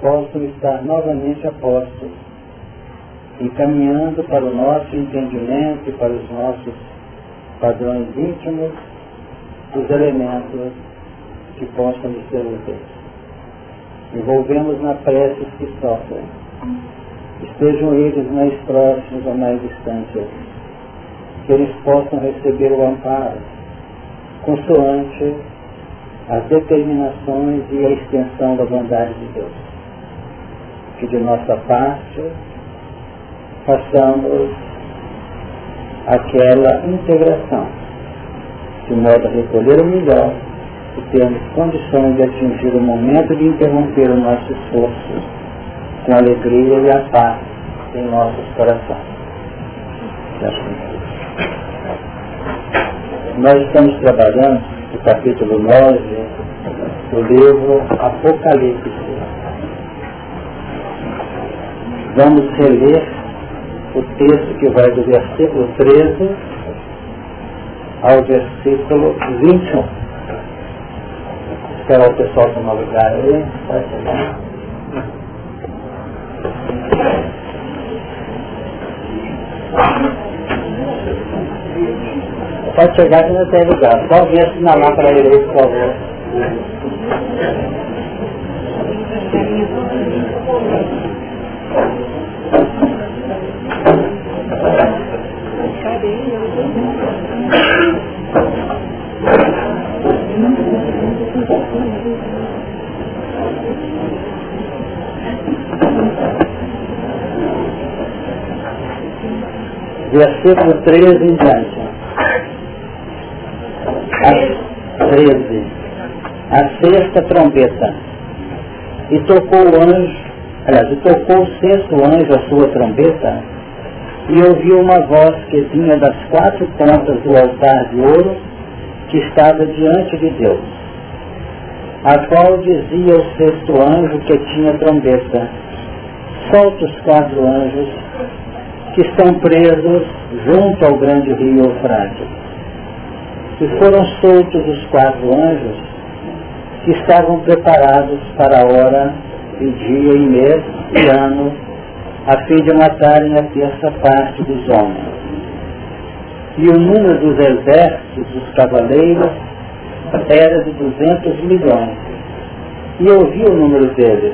possam estar novamente a postos, encaminhando para o nosso entendimento e para os nossos padrões íntimos os elementos que possam nos ser úteis. Envolvemos na prece os que sofrem, estejam eles mais próximos ou mais distantes, que eles possam receber o amparo, consoante as determinações e a extensão da bondade de Deus. Que de nossa parte façamos aquela integração, de modo a recolher o melhor e termos condições de atingir o momento de interromper o nosso esforço com alegria e a paz em nossos corações. Nós estamos trabalhando no capítulo 9 do livro Apocalipse. Vamos reler o texto que vai do versículo 13 ao versículo 21. Esperar o pessoal tomar lugar aí. Vai chegar. Pode chegar que não tem lugar. Só vir assinalar para ele aí, por favor. Versículo 13 em diante. 13. A sexta trombeta. E tocou o anjo, e tocou o sexto anjo a sua trombeta, e ouviu uma voz que vinha das quatro pontas do altar de ouro que estava diante de Deus, a qual dizia ao sexto anjo que tinha trombeta: solta os quatro anjos que estão presos junto ao grande rio Eufrates. E foram soltos os quatro anjos que estavam preparados para a hora e dia e mês e ano, a fim de matarem a terça parte dos homens. E o número dos exércitos dos cavaleiros era de 200 milhões. E eu vi o número deles.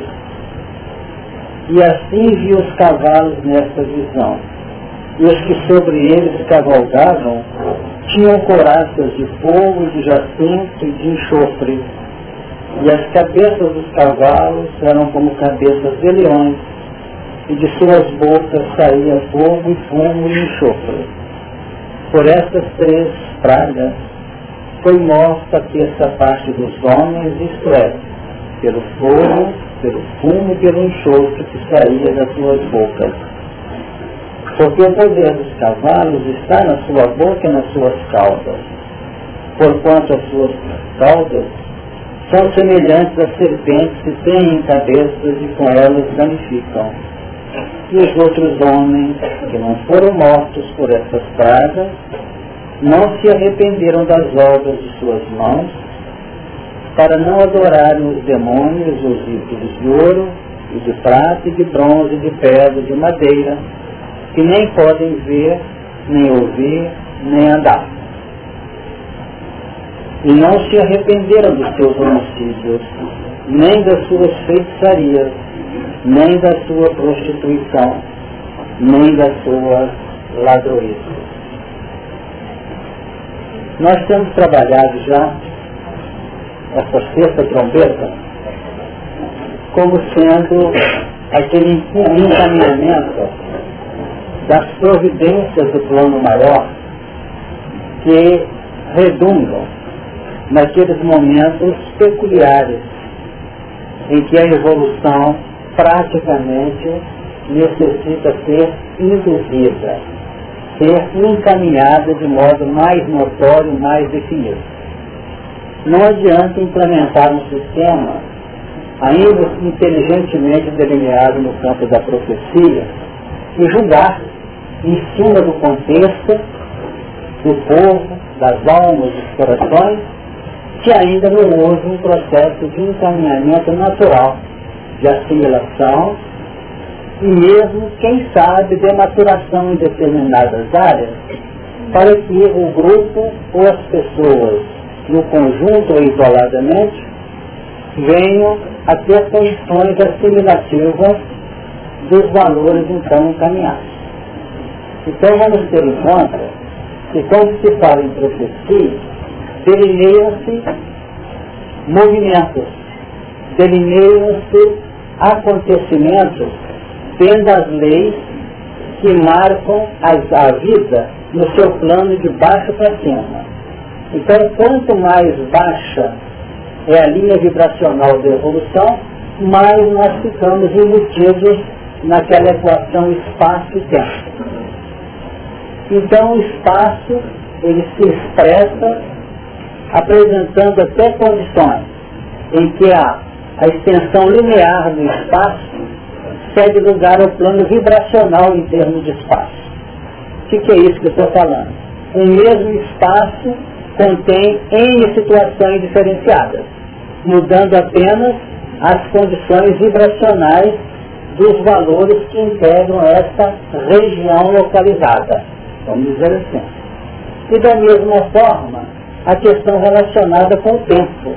E assim vi os cavalos nesta visão. E os que sobre eles cavalgavam tinham couraças de fogo, de jacinto e de enxofre. E as cabeças dos cavalos eram como cabeças de leões, e de suas bocas saía fogo e fumo e enxofre. Por estas três pragas foi morta a terça parte dos homens, isto é, pelo fogo, pelo fumo e pelo enxofre que saía das suas bocas. Porque o poder dos cavalos está na sua boca e nas suas caudas, porquanto as suas caudas são semelhantes a serpentes que têm cabeças e com elas danificam. E os outros homens que não foram mortos por essas pragas não se arrependeram das obras de suas mãos, para não adorarem os demônios, os ídolos de ouro, e de prata, e de bronze, e de pedra, e de madeira, que nem podem ver, nem ouvir, nem andar. E não se arrependeram dos seus homicídios, nem das suas feitiçarias, nem da sua prostituição, nem da sua ladroice. Nós temos trabalhado já essa sexta trombeta como sendo aquele encaminhamento das providências do plano maior que redundam naqueles momentos peculiares em que a evolução praticamente necessita ser induzida, ser encaminhada de modo mais notório, mais definido. Não adianta implementar um sistema ainda inteligentemente delineado no campo da profecia e julgar em cima do contexto, do povo, das almas, dos corações, que ainda não houve um processo de encaminhamento natural de assimilação e mesmo, quem sabe, de maturação em determinadas áreas, para que o grupo ou as pessoas, no conjunto ou isoladamente, venham a ter condições assimilativas dos valores então encaminhados. Então vamos ter em conta que quando se fala em profecia, delineiam-se movimentos, delineiam-se acontecimentos dentro das leis que marcam a vida no seu plano de baixo para cima. Então, quanto mais baixa é a linha vibracional da evolução, mais nós ficamos embutidos naquela equação espaço e tempo. Então, o espaço, ele se expressa apresentando até condições em que a extensão linear do espaço cede lugar ao plano vibracional em termos de espaço. O que é isso que eu estou falando? O mesmo espaço contém N situações diferenciadas, mudando apenas as condições vibracionais dos valores que integram essa região localizada, vamos dizer assim. E da mesma forma, a questão relacionada com o tempo.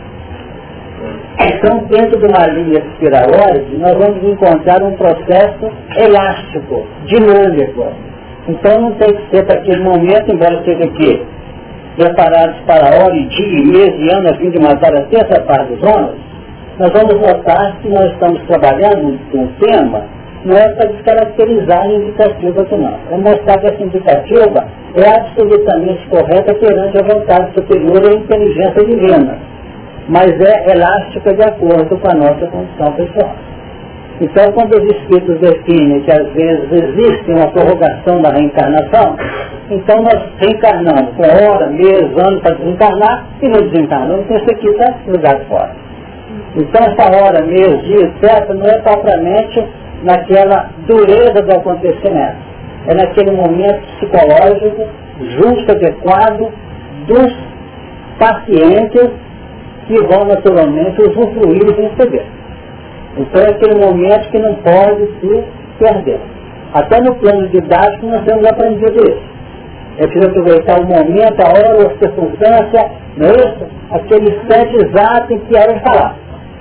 Então, dentro de uma linha espiraloide, nós vamos encontrar um processo elástico, dinâmico. Então, não tem que ser para aquele momento, embora seja aqui, preparados para a hora e dia, mês e ano, a fim de matar a terça parte dos homens, nós vamos notar que nós estamos trabalhando com um tema, não é para descaracterizar a indicativa aqui não. É mostrar que essa indicativa é absolutamente correta perante a vontade superior e a inteligência divina, mas é elástica de acordo com a nossa condição pessoal. Então, quando os Espíritos definem que às vezes existe uma prorrogação da reencarnação, então nós reencarnamos com hora, mês, ano para desencarnar e não desencarnamos, então isso aqui está jogado fora. Então, essa hora, mês, dia, etc., não é propriamente naquela dureza do acontecimento. É naquele momento psicológico, justo, adequado, dos pacientes que vão naturalmente usufruir e receber. Então é aquele momento que não pode se perder. Até no plano didático nós temos aprendido isso. É preciso aproveitar o momento, a hora, a circunstância, não é isso? Aquele instante exato em que era falar.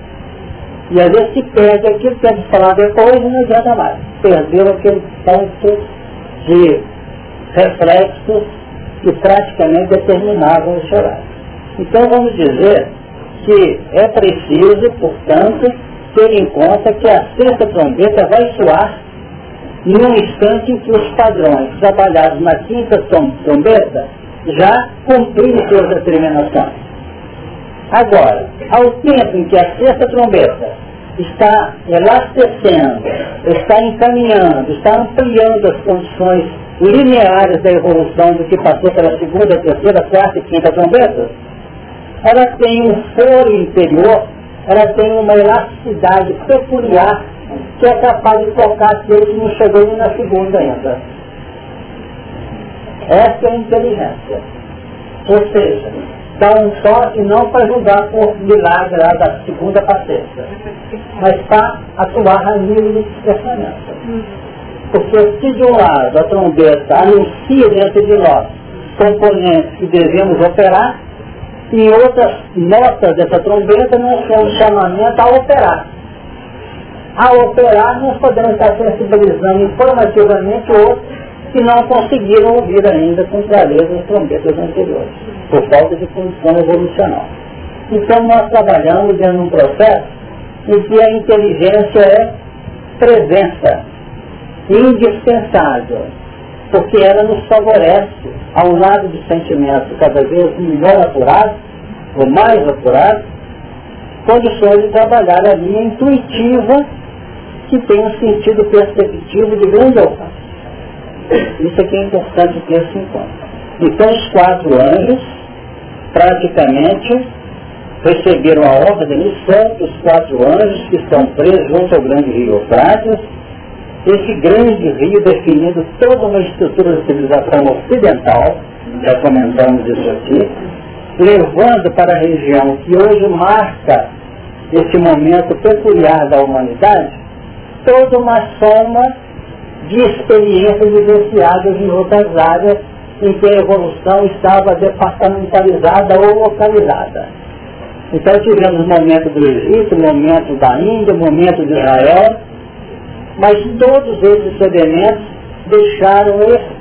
E às vezes se perde aquilo que é de falar depois e não adianta mais. Perdeu aquele ponto de reflexos que praticamente determinavam o horário. Então vamos dizer que é preciso, portanto, ter em conta que a sexta trombeta vai soar num instante em que os padrões trabalhados na quinta trombeta já cumpriram suas determinações. Agora, ao tempo em que a sexta trombeta está elastecendo, está encaminhando, está ampliando as condições lineares da evolução do que passou pela segunda, terceira, quarta e quinta trombeta, ela tem um foro interior, ela tem uma elasticidade peculiar que é capaz de tocar aquele que não chegou nem na segunda ainda. Essa é a inteligência. Ou seja, dá um toque não para ajudar por milagre lá da segunda para a sexta, mas para atuar a nível de dispersamento. Porque se de um lado a trombeta anuncia dentro de nós componentes que devemos operar, e outras notas dessa trombeta nós temos chamamento a operar. A operar nós podemos estar sensibilizando informativamente outros que não conseguiram ouvir ainda com clareza as trombetas anteriores, por falta de condição evolucional. Então nós trabalhamos dentro de um processo em que a inteligência é presença, indispensável, porque ela nos favorece, ao lado de sentimentos cada vez melhor apurados, ou mais apurados, condições de trabalhar a linha intuitiva que tem um sentido perceptivo de grande alcance. Isso aqui é importante ter-se em conta. Então os 4 anjos, praticamente, receberam a ordem, e são os 4 anjos que estão presos junto ao grande rio Eufrates. Esse grande rio definindo toda uma estrutura de civilização ocidental, já comentamos isso aqui, levando para a região que hoje marca esse momento peculiar da humanidade, toda uma soma de experiências vivenciadas em outras áreas em que a evolução estava departamentalizada ou localizada. Então tivemos o momento do Egito, o momento da Índia, o momento de Israel, mas todos esses elementos deixaram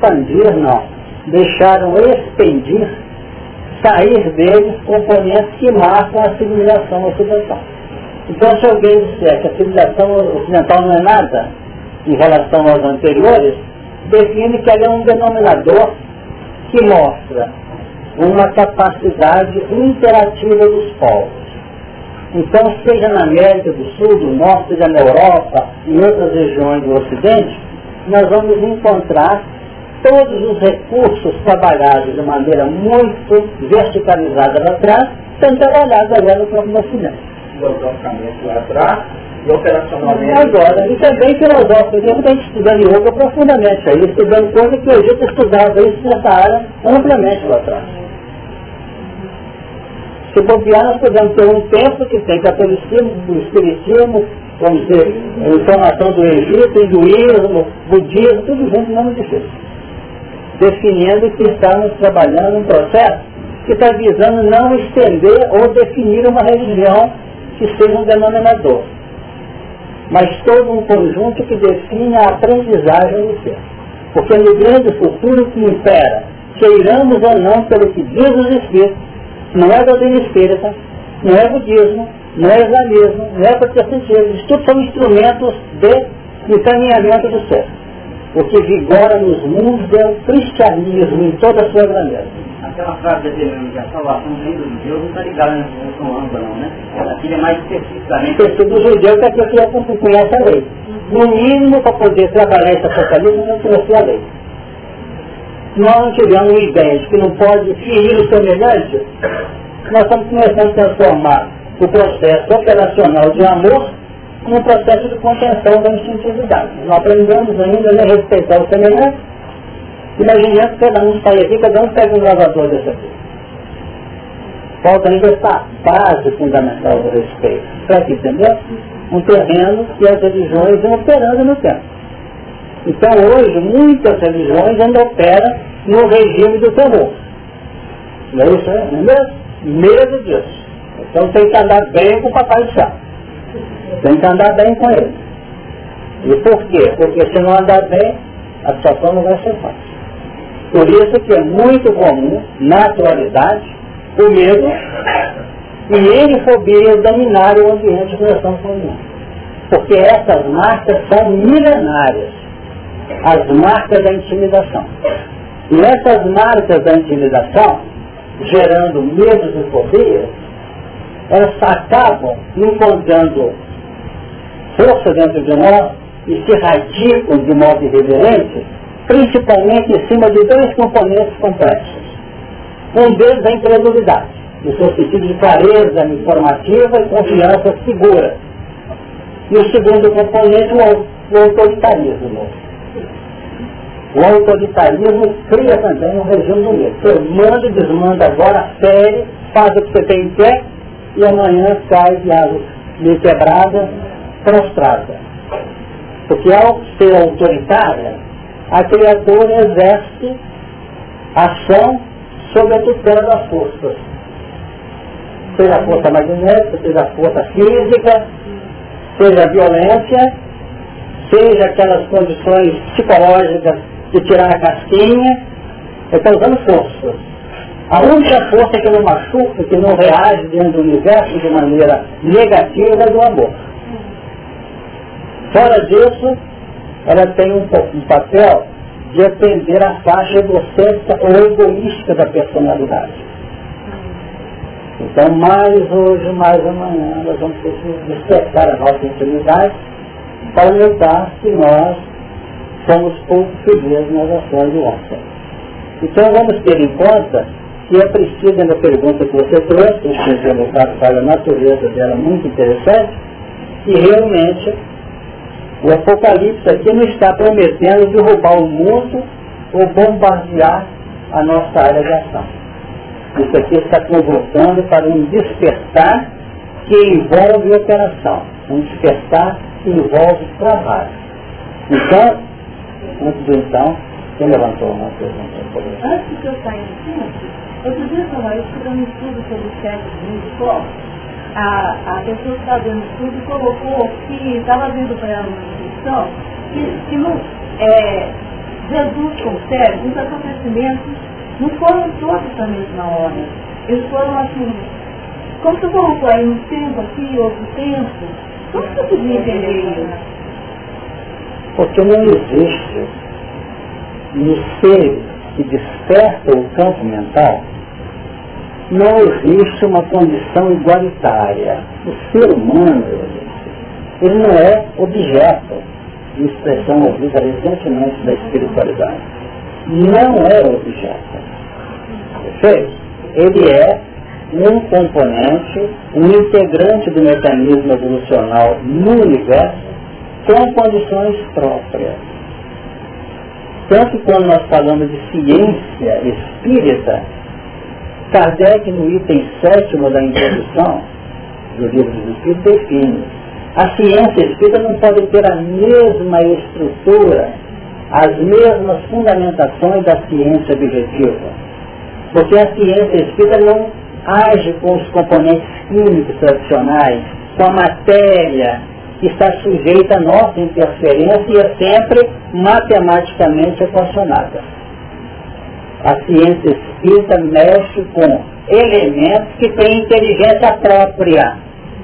expandir, sair deles componentes que marcam a civilização ocidental. Então, se alguém disser que a civilização ocidental não é nada em relação aos anteriores, define que ela é um denominador que mostra uma capacidade interativa dos povos. Então, seja na América do Sul, do Norte, seja na Europa e outras regiões do Ocidente, nós vamos encontrar todos os recursos trabalhados de maneira muito verticalizada lá atrás, sendo trabalhados agora no próprio Ocidente. Filosoficamente lá atrás e operacionalmente. Agora, e também filosoficamente, a gente estudando yoga profundamente, aí, estudando coisas que o Egito estudava isso nessa área amplamente lá atrás. Se bobear, nós podemos ter um tempo que tem catolicismo, o espiritismo, vamos dizer, a informação do Egito, hinduísmo, budismo, tudo junto no nome de Deus. Definindo que estamos trabalhando um processo que está visando não estender ou definir uma religião que seja um denominador, mas todo um conjunto que define a aprendizagem do ser. Porque no grande futuro que impera, queiramos ou não pelo que diz os Espíritos, não é doutrina espírita, não é budismo, não é islamismo, não é protestantismo, isso tudo são instrumentos de encaminhamento do ser. O que vigora nos mundos é o cristianismo em toda a sua grandeza. Aquela frase dele, que a salvação vem dos judeus, não está ligada na revolução ampla, não, né? Aquilo é mais especificamente. O do judeu que aquilo que conhece a lei. No mínimo, para poder trabalhar esse apocalipse, não conhecer a lei. Se nós não tivermos uma ideia de que não pode ferir o semelhante, nós estamos começando a transformar o processo operacional de amor num processo de contenção da instintividade. Não aprendemos ainda a respeitar o semelhante. Imaginemos que cada um sai aqui, cada um pega um gravador desse aqui. Falta ainda essa base fundamental do respeito. Para que, entendeu? Um terreno que as religiões vão operando no tempo. Então hoje, muitas religiões ainda operam no regime do terror. Não é isso, não é mesmo? Medo disso. Então tem que andar bem com o papai do céu. Tem que andar bem com ele. E por quê? Porque se não andar bem, a situação não vai ser fácil. Por isso que é muito comum, na atualidade, o medo e N-fobia dominar o ambiente de relação familiar. Porque essas marcas são milenárias. As marcas da intimidação. E essas marcas da intimidação, gerando medos e fobias, elas acabam encontrando força dentro de nós e se radicam de modo irreverente, principalmente em cima de dois componentes complexos. Um deles é a incredulidade, no seu sentido de clareza informativa e confiança segura. E o segundo componente é o autoritarismo. O autoritarismo cria também um regime do medo. Você manda e desmanda agora, fere, faz o que você tem em pé, e amanhã cai de água meio quebrada, prostrada. Porque ao ser autoritária, a criatura exerce ação sobre a tutela das forças. Seja a força magnética, seja a força física, seja a violência, seja aquelas condições psicológicas de tirar a casquinha, está usando força. A única força que não machuca, que não reage dentro do universo de maneira negativa é do amor. Fora disso, ela tem um papel de atender a faixa egocêntrica ou egoísta da personalidade. Então, mais hoje, mais amanhã, nós vamos ter que despertar a nossa intimidade para notar que nós somos pouco felizes nas ações do homem. Então, vamos ter em conta que é preciso, na pergunta que você trouxe, o Senhor fala a natureza dela muito interessante, e realmente o Apocalipse aqui não está prometendo derrubar o mundo ou bombardear a nossa área de ação. Isso aqui está convocando para um despertar que envolve operação. Um despertar que envolve trabalho. Então, você levantou uma pergunta. Antes que eu saia do centro, outro dia eu estudando um estudo sobre o cérebro muito forte. A pessoa que estava vendo o estudo colocou que estava vendo para ela uma descrição que não, Jesus com o cérebro, os acontecimentos não foram todos na mesma hora. Eles foram assim, como você colocou aí um tempo aqui, outro tempo, como você podia entender isso? Porque não existe no ser que desperta o campo mental, não existe uma condição igualitária. O ser humano, ele não é objeto de expressão ouvida recentemente da espiritualidade. Não é objeto. Perfeito? Ele é um componente, um integrante do mecanismo evolucional no universo com condições próprias. Tanto que quando nós falamos de ciência espírita, Kardec, no item 7º da introdução do livro dos Espíritos, define: a ciência espírita não pode ter a mesma estrutura, as mesmas fundamentações da ciência objetiva. Porque a ciência espírita não age com os componentes químicos tradicionais, com a matéria que está sujeita à nossa interferência e é sempre matematicamente equacionada. A ciência espírita mexe com elementos que têm inteligência própria.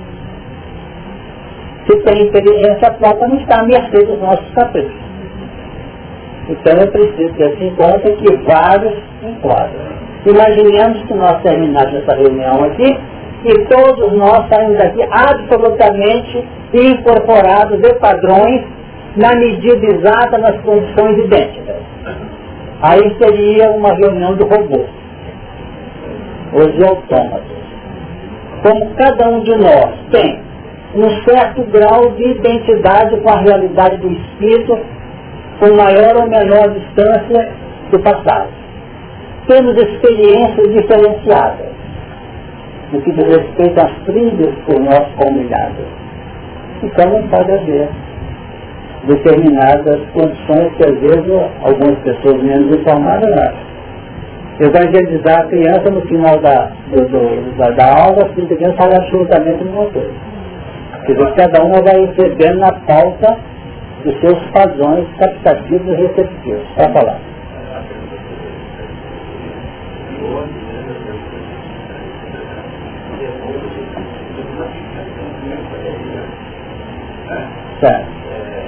Se tem inteligência própria, não está à mercê dos nossos caprichos. Então eu preciso ter em conta que vários enquadram. Imaginemos que nós terminamos essa reunião aqui e todos nós saímos daqui absolutamente incorporados de padrões na medida exata, nas condições idênticas. Aí seria uma reunião do robô, os de autômatos. Como cada um de nós tem um certo grau de identidade com a realidade do espírito, com maior ou menor distância do passado. Temos experiências diferenciadas, no que diz respeito às trilhas por nós combinadas. Então não pode haver determinadas condições que às vezes algumas pessoas menos informadas acham. Evangelizar a criança no final da aula, a criança fala absolutamente a mesma coisa. Quer dizer, cada uma vai recebendo na pauta dos seus padrões captativos e receptivos. Para falar. Certo.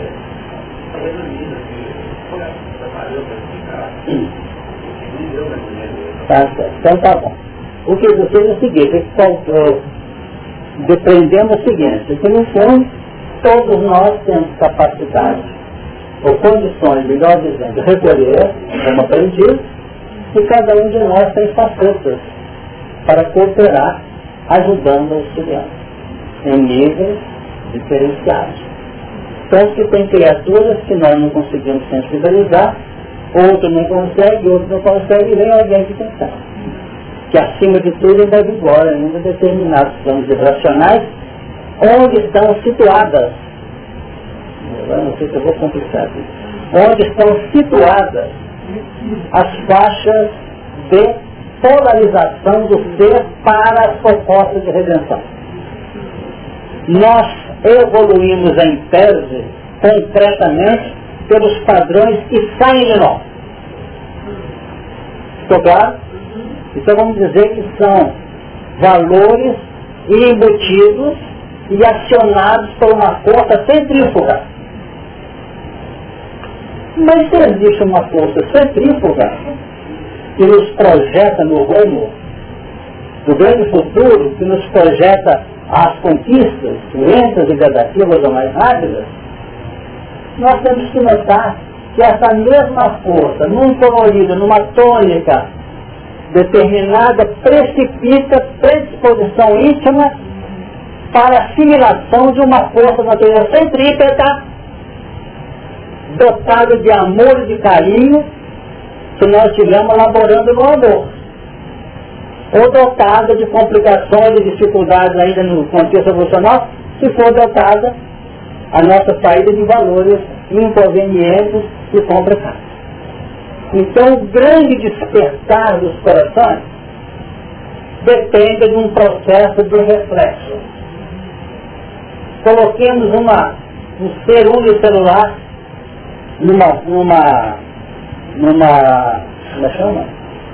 Tá certo. Então tá bom. O que eu sei é o seguinte, depreendemos o seguinte, que no fundo todos nós temos capacidade ou condições, melhor dizendo, de recolher como aprendiz, e cada um de nós tem facetas para cooperar, ajudando o estudiante em níveis diferenciados. Tanto que tem criaturas que nós não conseguimos sensibilizar, outro não consegue, outro não consegue, e vem alguém que consegue. Que acima de tudo ainda vigora ainda determinados planos vibracionais, onde estão situadas, eu não sei se eu vou complicar aqui, onde estão situadas as faixas de polarização do ser para as propostas de redenção. Nós evoluímos em tese, concretamente, pelos padrões que saem de nós. Ficou claro? Então vamos dizer que são valores embutidos e acionados por uma força centrífuga. Mas se existe uma força centrífuga que nos projeta no rumo do grande futuro, que nos projeta as conquistas lentas e gradativas ou mais rápidas, nós temos que notar que essa mesma força, num colorido, numa tônica determinada, precipita predisposição íntima para a assimilação de uma força natureza centrípeta, dotada de amor e de carinho, que nós estivemos elaborando no amor. ou dotada de complicações e dificuldades ainda no contexto emocional, se for dotada a nossa saída de valores inconvenientes e complicados. Então, o grande despertar dos corações depende de um processo de reflexo. Coloquemos um ser unicelular como é que chama?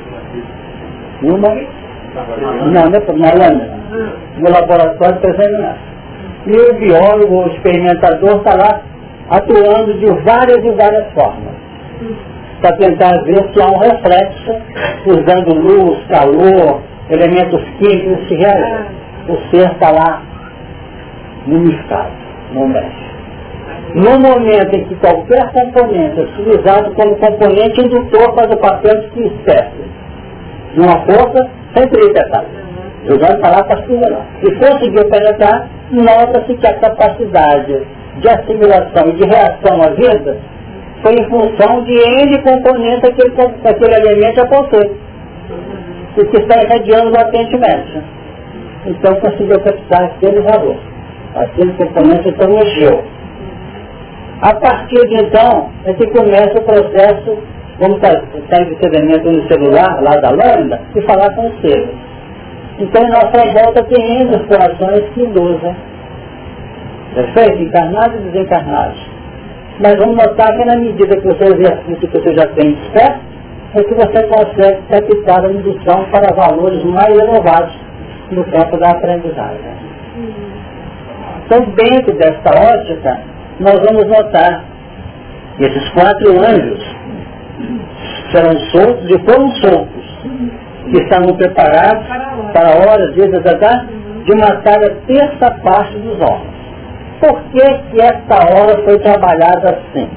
Numa lâmina, no laboratório para examinar. E o biólogo, o experimentador, está lá atuando de várias formas, para tentar ver se há um reflexo, usando luz, calor, elementos químicos, se realiza. O ser está lá no estado, no mexe. No momento em que qualquer componente é utilizado como componente indutor faz o papel de que espécie. Numa força, sempre penetrar. Jogando para lá para estimular. E conseguiu penetrar, nota-se que a capacidade de assimilação e de reação à vida foi em função de N componentes que aquele elemento apontou. E que está irradiando latentemente. Então conseguiu captar aquele valor. Aquele componente então mexeu. A partir de então, é que começa o processo, vamos sair desse elemento no celular, lá da lâmina, e falar com os seres. Então, em nossa volta tem N corações que induzem. Perfeito? Encarnados e desencarnados. Mas vamos notar que na medida que você exercita que você já tem esperto, é que você consegue captar a indução para valores mais elevados no campo da aprendizagem. Então, dentro desta ótica, nós vamos notar que esses 4 anjos serão soltos e foram soltos, que estavam preparados para horas, dias, de matar a terça parte dos homens. Por que esta hora foi trabalhada assim?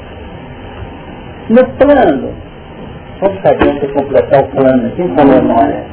No plano, vamos saber se completar o plano aqui com a memória.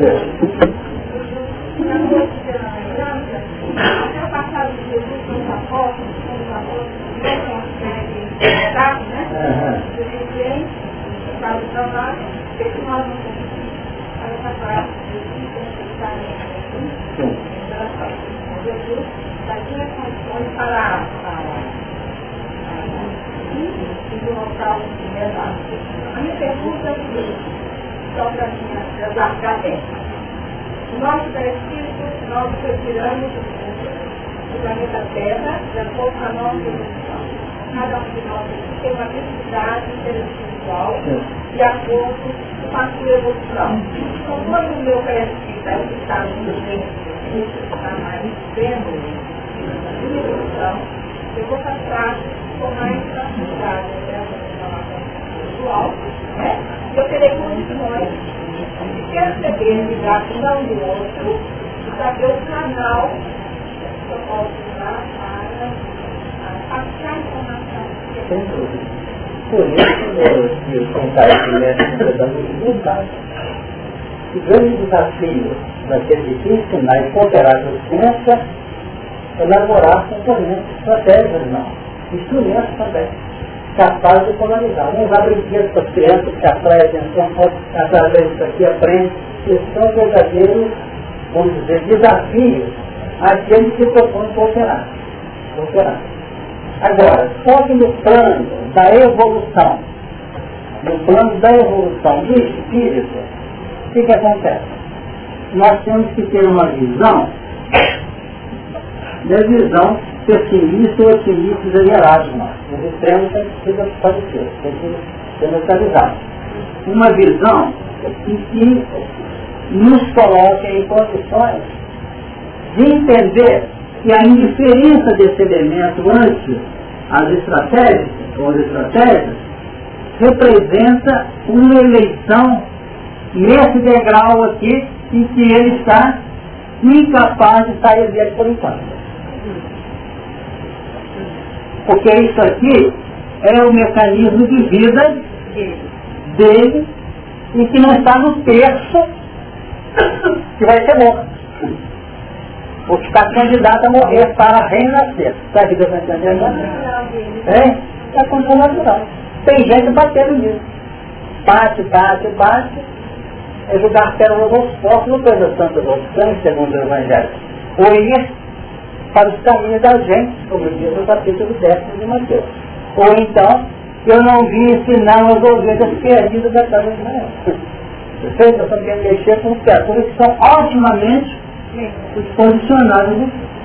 A minha pergunta é a seguinte, só para mim largar bem. O nosso espírito, nós retiramos do planeta Terra, de acordo com a nossa evolução. Cada um de nós tem uma necessidade intelectual de acordo com a sua evolução. Então, quando o meu perispírito é o que está no meio, está mais vendo a minha evolução, eu vou passar com mais facilidade dessa informação espiritual, né? Eu terei condições de perceber a ligação do outro, de saber o canal que eu posso usar para passar informação. Por isso que os compartilhamentos estão dando resultados. O grande desafio daqueles que ensinar e cooperar com a ciência é elaborar componentes, estratégias, não. Instrumentos também, capazes de polarizar. Vamos usar brinquedos para as crianças que atraem atenção, através disso aqui aprendem. Esses são verdadeiros, vamos dizer, desafios àqueles que propõem cooperar. Agora, só que no plano da evolução do espírito, o que acontece? Nós temos que ter uma visão pessimista ou otimista exagerado. Os extremos têm que ser parecidos, têm que ser neutralizados. Uma visão em que nos coloque em condições de entender que a indiferença desse elemento ante as estratégias, ou as estratégias, representa uma eleição nesse degrau aqui em que ele está incapaz de sair dele por enquanto. Porque isso aqui é o mecanismo de vida dele e que não está no terço que vai ser morto. O que está candidato a morrer para renascer. Sabe o que Deus está entendendo? É a condição natural. Tem gente batendo nisso. Bate. é jogar pérolas aos porcos, não coisa santa do sangue, segundo o Evangelho. Ou ir para os caminhos da gente, como diz no capítulo 10 de Mateus. Ou então, eu não vim ensinar as ovelhas perdidas da casa de Israel. Vocês estão querendo mexer com criaturas que são ultimamente posicionadas no Cristo.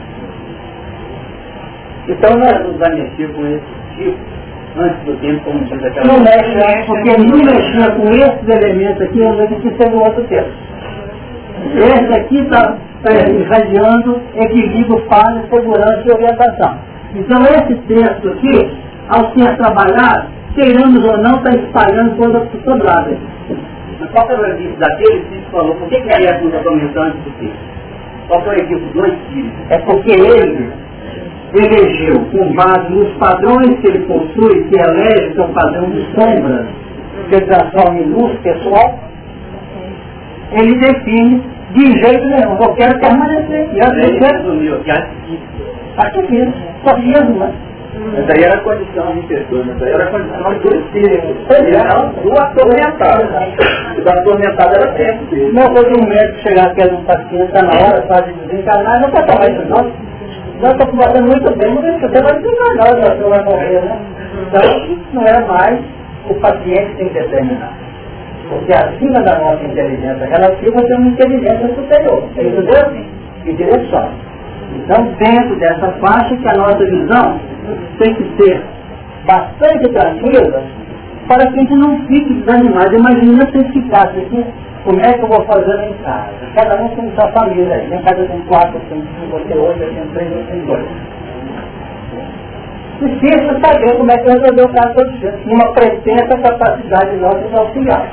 Então nós nos vamos mexer com esse tipo antes do tempo, como diz aquela... Não mexe, porque não mexer com esses elementos aqui, eu vejo que ser no outro tempo. Esse aqui está irradiando equilíbrio, paz, segurança e orientação. Então esse texto aqui, ao ser trabalhado, queiramos ou não, está espalhando toda a sobrada. Mas qual foi o equívoco daquele que falou? Por que a criatura comentou antes do texto? Qual foi o equívoco do espírito? É porque ele elegeu, com base nos padrões que ele possui, que elege, que é um padrão de sombra, que transforma em luz pessoal, ele define de jeito nenhum, eu quero permanecer. E ele resumiu aqui, aqui mesmo, só mesmo, né? Mas aí era a condição de pessoa, mas aí era a condição do espírito. Do atormentado. Do atormentado era tempo. Não foi um médico chegar perto de um paciente, está na hora, quase desencarnar, não pode tomar isso não. Nós estamos fazendo muito bem, mas você vai desencarnar, a pessoa vai morrer, né? Então, não é mais o paciente que tem que determinar. Porque acima da nossa inteligência relativa tem uma inteligência superior, entendeu? E direção. Então, dentro dessa faixa que a nossa visão tem que ser bastante tranquila para que a gente não fique desanimado. Imagina se eu ficasse aqui, como é que eu vou fazer em casa? Cada um tem sua família aí, né? Cada um tem 4, tem 5, tem 8, tem 3, tem 2. Difícil saber como é que resolveu o caso todo dia, numa pretensa capacidade nossa de auxiliar.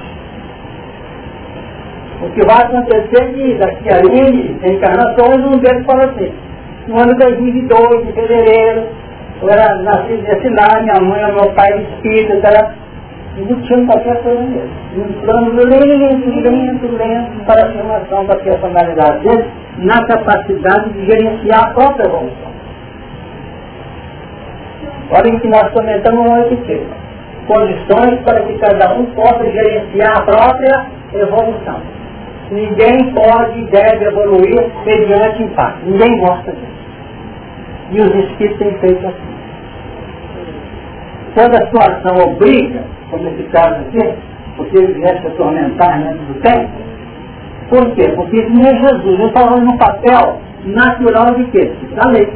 O que vai acontecer é que daqui a reencarnações, um deles fala assim, no ano 2002, de fevereiro, eu era nascido desse lar, minha mãe e meu pai espírita, e não tinha qualquer coisa mesmo. Um plano lento para a formação da personalidade dele, na capacidade de gerenciar a própria evolução. Olha que nós comentamos um epiteto. Condições para que cada um possa gerenciar a própria evolução. Ninguém pode e deve evoluir mediante impacto. Ninguém gosta disso. E os espíritos têm feito assim. Quando a situação obriga, como esse caso aqui, porque ele viesse se atormentar antes do tempo, por quê? Porque isso não é Jesus, ele está falando num papel natural de quê? Da lei.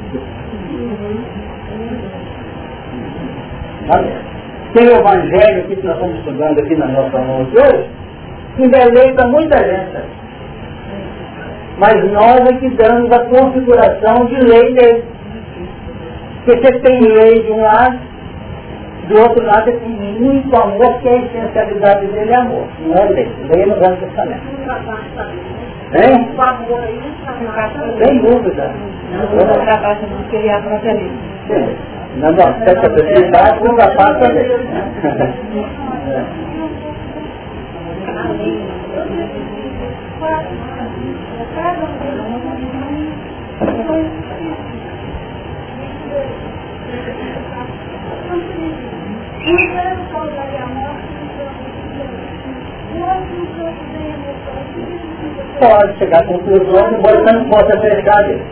Tem o Evangelho que nós estamos estudando aqui na nossa mão de hoje, que deleita muita gente. Mas nós é que damos a configuração de lei dele. Porque você tem lei de um lado, do outro lado tem muito amor, que a essencialidade dele é amor, não é lei. Lei no Velho Testamento. Hein? Sem dúvida. Não trabalha de criar a própria lei. Na nossa capacidade, não dá para fazer. Pode chegar a conclusão, embora você não possa chegar dele.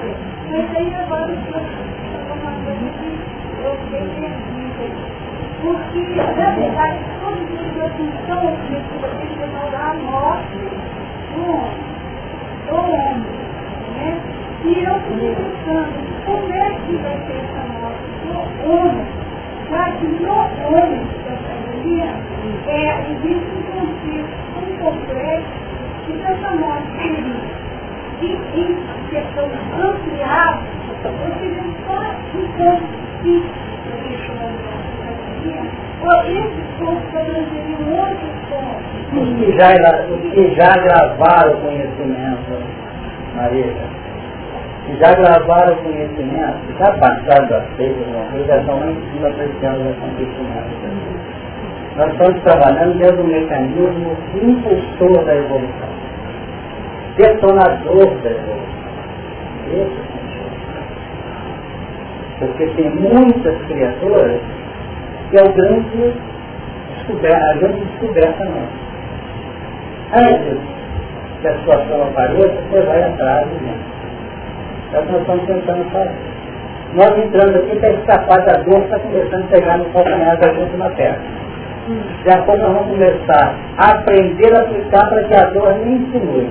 Porque, na verdade, todos os outros são os da morte do homem, né? E eu fiquei pensando, como é que vai ser essa morte do homem? Já que no homem da sabedoria existe um conceito tão complexo que essa morte seria em questão ampliada, ou seja, só um ponto físico da questão da ou esses pontos abrangeriam outros pontos. Os que já gravaram o conhecimento, Maria, que já gravaram o conhecimento, já passaram das feitas, já estão lá em cima apreciando os acontecimentos. Nós estamos trabalhando dentro do mecanismo impulsor da evolução, detonador da evolução. Porque tem muitas criaturas que é a grande descoberta nossa. antes que a situação apareça, você vai atrás de dentro. É o que nós estamos tentando fazer. Nós entramos aqui para escapar da dor que está começando a pegar no calcanhar da gente na perna. Daqui a pouco nós vamos começar a aprender a aplicar para que a dor nem insinue.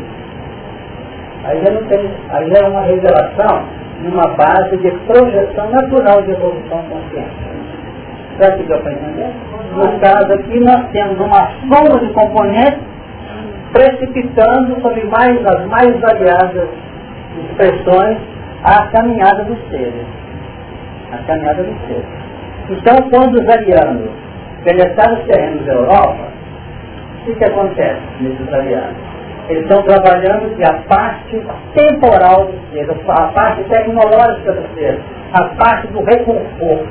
Aí já não tem, aí já é uma revelação numa base de projeção natural de evolução consciente. Sabe o que eu estou entendendo? No caso aqui nós temos uma soma de componentes precipitando sobre as mais variadas expressões a caminhada dos seres. A caminhada dos seres. Então, quando os arianos penetraram os terrenos da Europa, o que acontece nesses arianos? Eles estão trabalhando que a parte temporal do ser, a parte tecnológica do ser, a parte do reconforto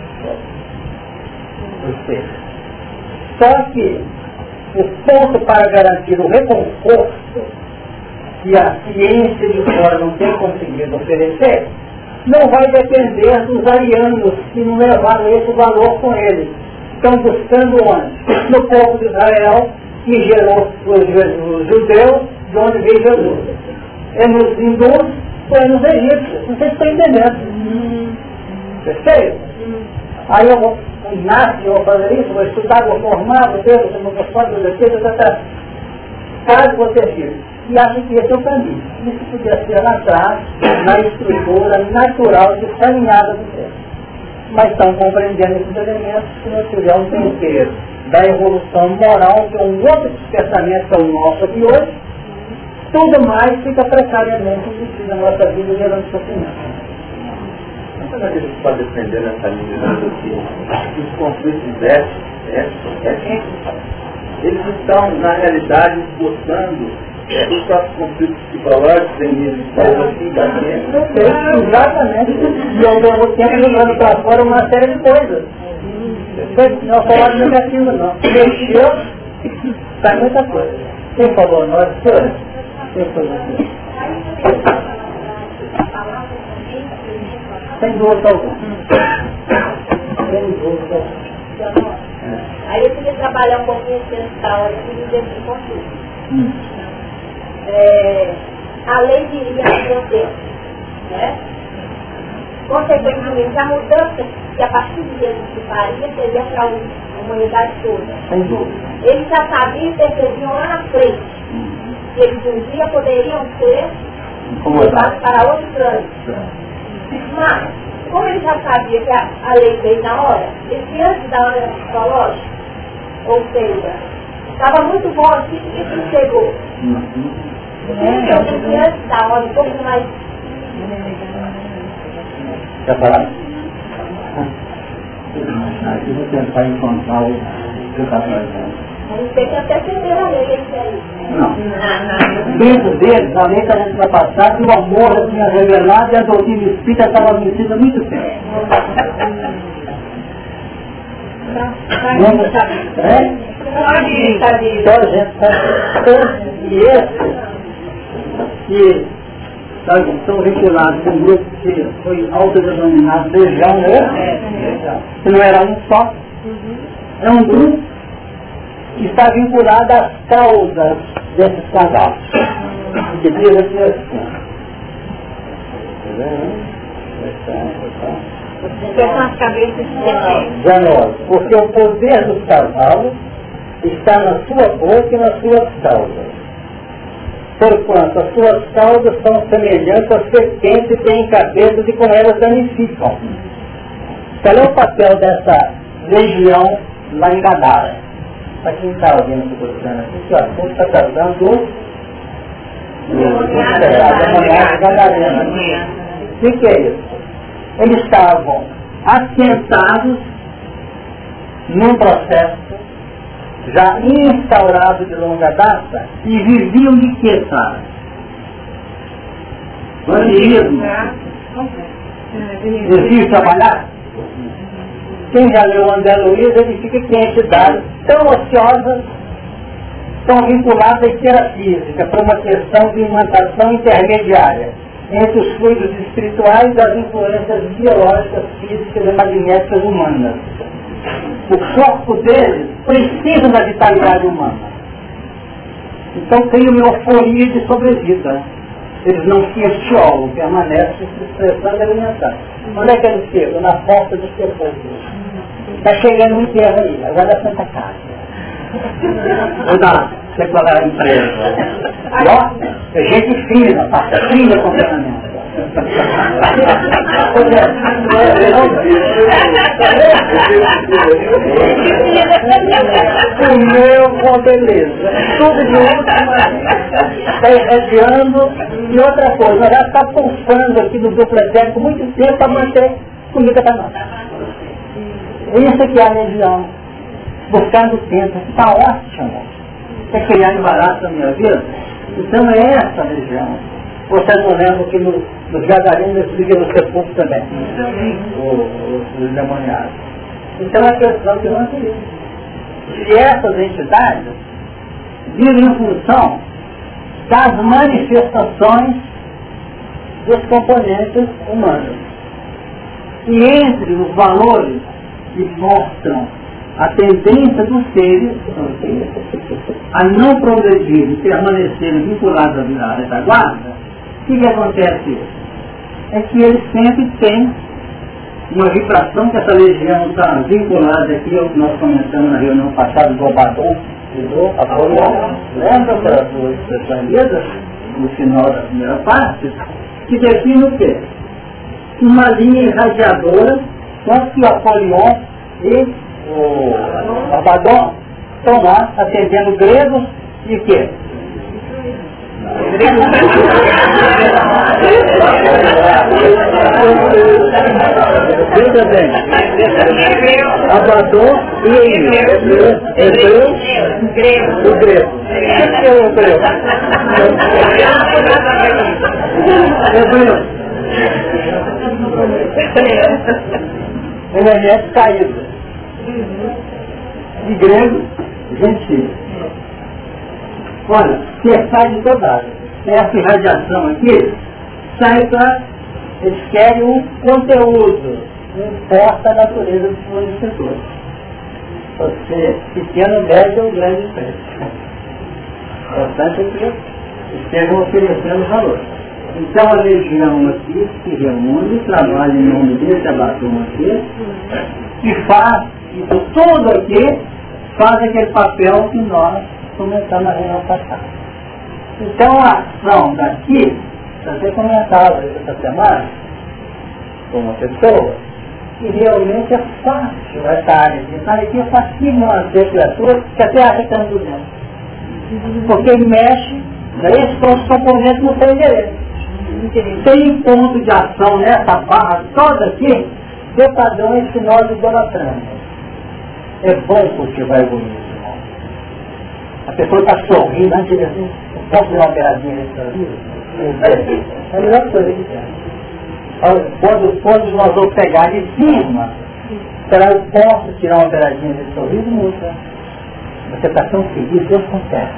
do ser. Só que o ponto para garantir o reconforto que a ciência de fora não tem conseguido oferecer, não vai depender dos arianos que não levaram esse valor com eles. Estão buscando onde? No povo de Israel, que gerou os judeus, de onde veio Jesus. É nos hindus, foi nos egípcios. Não sei se estão entendendo. Perfeito? Aí eu vou nasce, eu vou fazer isso, vou estudar, vou formar, vou ter, vou mostrar, vou ter, caso você fique. E acho que esse é o caminho. Isso podia ser lá atrás, na estrutura natural de caminhada do ser. Mas estão compreendendo esses elementos que não tiver um tempero da evolução moral, que é um outro pensamento que é o nosso aqui hoje, tudo mais fica precariamente existindo na nossa vida gerando sofrimento. Como é que a gente pode defender nessa linha que os conflitos éticos, eles estão, na realidade, esgotando os próprios conflitos psicológicos em nível de exatamente. E ao mesmo tempo jogando para fora uma série de coisas. Não falar negativo não. Mexeu, sai muita coisa. Quem falou nós, senhor? Quem foi você? Sem dúvida alguma. Sem dúvida alguma. Aí eu queria trabalhar um pouquinho essa hora aqui dentro do conflito. A lei diria acontecer, né? Consequentemente, a mudança que a partir de Jesus se faria seria para a humanidade toda. Sem dúvida. Eles já sabiam que percebiam lá na frente. Que eles um dia poderiam ser levados para outro plano. Mas, como ele já sabia que a lei veio na hora, ele antes da hora psicológica, ou seja, estava muito bom assim que isso chegou. Então, antes da hora, um pouco mais. Quer falar? Aqui vou tentar encontrar o que está fazendo. A gente tem que até entender a lei, isso aí. Não. Dentro deles, a lei que a gente vai passar, que o amor já tinha revelado e a doutrina espírita estava vencida há muito tempo. Então a gente sabe. E esse, que estão vinculados com um grupo que foi autodenominado Legião, que não era um só, é um grupo que está vinculado às causas desses casais. Que diz assim. Porque o poder dos cavalos está na sua boca e nas suas caudas. Porquanto as suas caudas são semelhantes às serpentes que têm cabeças e com elas danificam. Qual é o papel dessa legião lá em Gadara? Para quem está ouvindo o que eu estou dizendo aqui, que o assunto está tratando da mulher gadarena. O que é isso? Eles estavam assentados num processo já instaurado de longa data e viviam de quê, sabe? Vampirismo. Eles iam trabalhar? Quem já leu o André Luiz verifica que entidades tão ociosas estão vinculadas à esfera física por uma questão de imantação intermediária entre os fluidos espirituais e as influências biológicas, físicas e magnéticas humanas. O corpo deles precisa da vitalidade humana. Então cria uma euforia de sobrevida. Eles não se estiolam, permanecem se expressando e alimentando. Onde é que eles chegam? Na porta dos sepulcros. Está chegando um enterro aí, agora é Santa Casa. Ou da secular empresa. E ó, é gente fina, passa fina completamente. O meu com beleza. Tudo de última. Está irradiando. E outra coisa, nós já está pulsando aqui no duplo etérico muito tempo para manter comida para nós. Isso aqui é a legião. Buscando tempo. Está ótimo. Quer criar embaraço na minha vida? Então é essa a legião. Vocês não lembram que nos Gadarenos eles ligam no sepulcro também. Os demoniados. Então é questão que não queria. E essas entidades vivem em função das manifestações dos componentes humanos. E entre os valores que mostram a tendência dos seres a não progredir e permanecerem vinculados à retaguarda, o que acontece? É que eles sempre têm uma vibração que essa legião está vinculada aqui ao que nós comentamos na reunião passada do Obadon e do Apollon. Lembra das duas expressões no final da primeira parte? Que define o quê? Uma linha irradiadora, tanto que o Apollon e o Abaddon estão lá atendendo gregos e o quê? Veja bem, Abaddon e hebreu, o grego. O grego. Hebreu. Elemento caído. De grego, gentil. Olha, que sai de toda área. Essa irradiação aqui sai para... Eles querem um conteúdo, não importa a natureza do fornecedor. Você, pequeno, médio ou grande preço. Portanto, é que eles estejam oferecendo valor. Então a legião aqui se reúne, trabalha em nome desse Abaddon aqui, e faz, então tudo aqui faz aquele papel que nós comentamos na reunião passada. Então a ação daqui, você comentava essa semana com uma pessoa, que realmente é fácil essa área. Essa área aqui é fácil manter criaturas que até acha que estão dormindo. Porque ele mexe, daí são os componentes não têm endereço. Tem ponto de ação nessa barra toda aqui, depadões que nós idolatramos. É bom cultivar egoísmo. A pessoa está sorrindo, antes de assim, posso dar uma beiradinha nesse vida? É a melhor coisa que tem. Quando nós vamos pegar de cima, será eu posso tirar uma beiradinha desse sorriso? Nunca. Você está tão feliz, Deus conserta.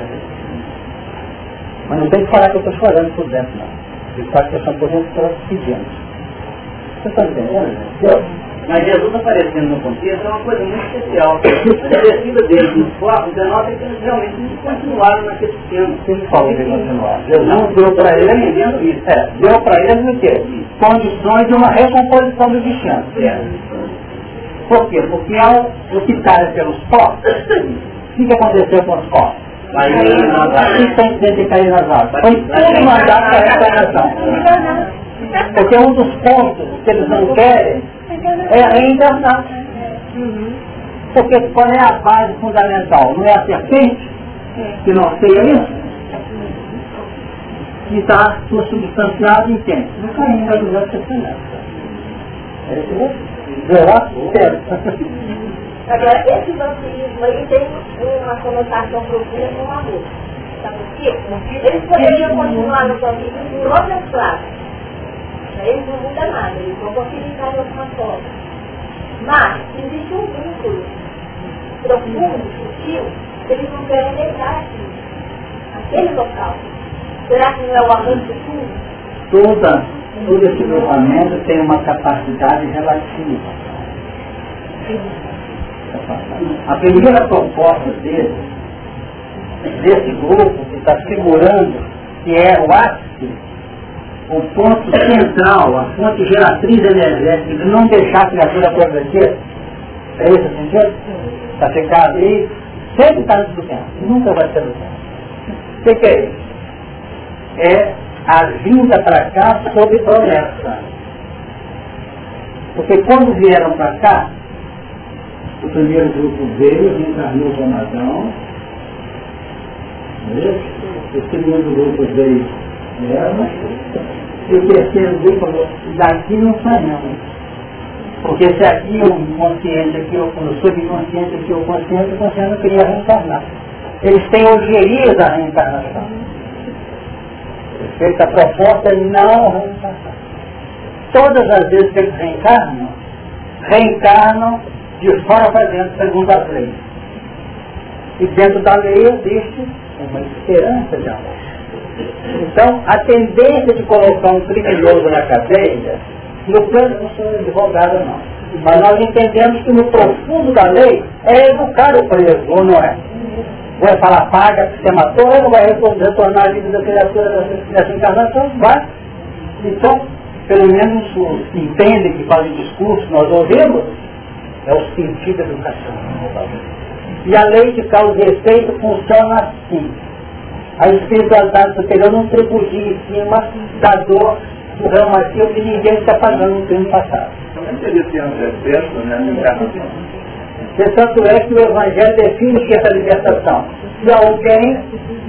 Mas não tem que falar que eu estou chorando por dentro, não. De fato, eu estou por dentro, estou pedindo. Você está entendendo? Deus. Mas Jesus aparecendo no contexto é uma coisa muito especial. A descida deles nos corpos denota que eles realmente continuaram naquele sistema. Quem falou que continuaram? Jesus deu para eles isso. Deu para eles o quê? Condições de uma recomposição do destino. Por quê? Porque ao optarem pelos corpos, o que aconteceu com os corpos? Aqui tem que cair nas águas. Foi tudo mandado para a reencarnação. Porque um dos pontos que eles não querem é reencarnar. Porque qual é a base fundamental? Não é a serpente que norteia isso? Que está substanciado em quem? No caminho da luz excepcional. É isso mesmo? Agora, esse vampirismo aí tem uma conotação profunda com o amor. Sabe por quê? Eles poderiam continuar no vampirismo em outras classes. Eles não mudam nada, eles vão facilitar de alguma forma. Mas, existe um vínculo profundo, sutil, que eles não querem deixar aquele local. Será que não é o amor profundo? Todo esse grupamento tem uma capacidade relativa. A primeira proposta dele desse grupo que está segurando, que é o ápice, o ponto central, a fonte geratriz energética, de não deixar a criatura progredir. É esse o sentido? Para ficar ali, sempre está antes do tempo, nunca vai ser do tempo. O que é isso? É a vinda para cá sob promessa. Porque quando vieram para cá, o primeiro grupo veio, reencarnou com Adão, o segundo grupo veio Eva, e o terceiro grupo falou, daqui não saímos. Porque se aqui o inconsciente, aqui o subconsciente, aqui o consciente não queria reencarnar. Eles têm odierias da reencarnação. A proposta é não reencarnar. Todas as vezes que eles reencarnam de fora para dentro, segundo as leis. E dentro da lei existe uma esperança de amor. Então, a tendência de colocar um criminoso na cadeia, no plano, não sou advogado não, mas nós entendemos que no profundo da lei é educar o preso, ou não é? Ou é falar, paga, que você matou, ou não vai retornar a vida da criatura dessa encarnação? Vai. Então, pelo menos os que entendem, que fazem discurso, nós ouvimos, é o sentido da educação. E a lei de causa e efeito funciona assim. A espiritualidade superior não tripudia em cima da dor do ramo aquilo que ninguém está pagando no tempo passado. Também teria que ter um excesso, né, encarnação. Tanto é que o Evangelho define que essa libertação, se alguém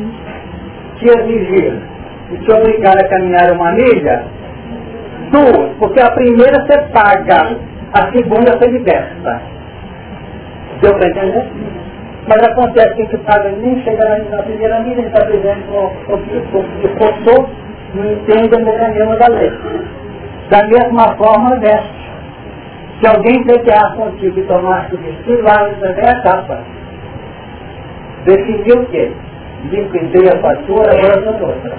te exigir e te obrigar a caminhar uma milha, duas, porque a primeira você paga, a segunda você liberta. Deu para entender? Mas acontece que a gente paga nem chega na primeira milha, ele está presente com o que forçou, não entende o mecanismo da lei. Da mesma forma, veste. Se alguém pleitear contigo e tomar o destino, lá também a capa. Definiu o quê? Digo que entrei a fatura, agora sou outra.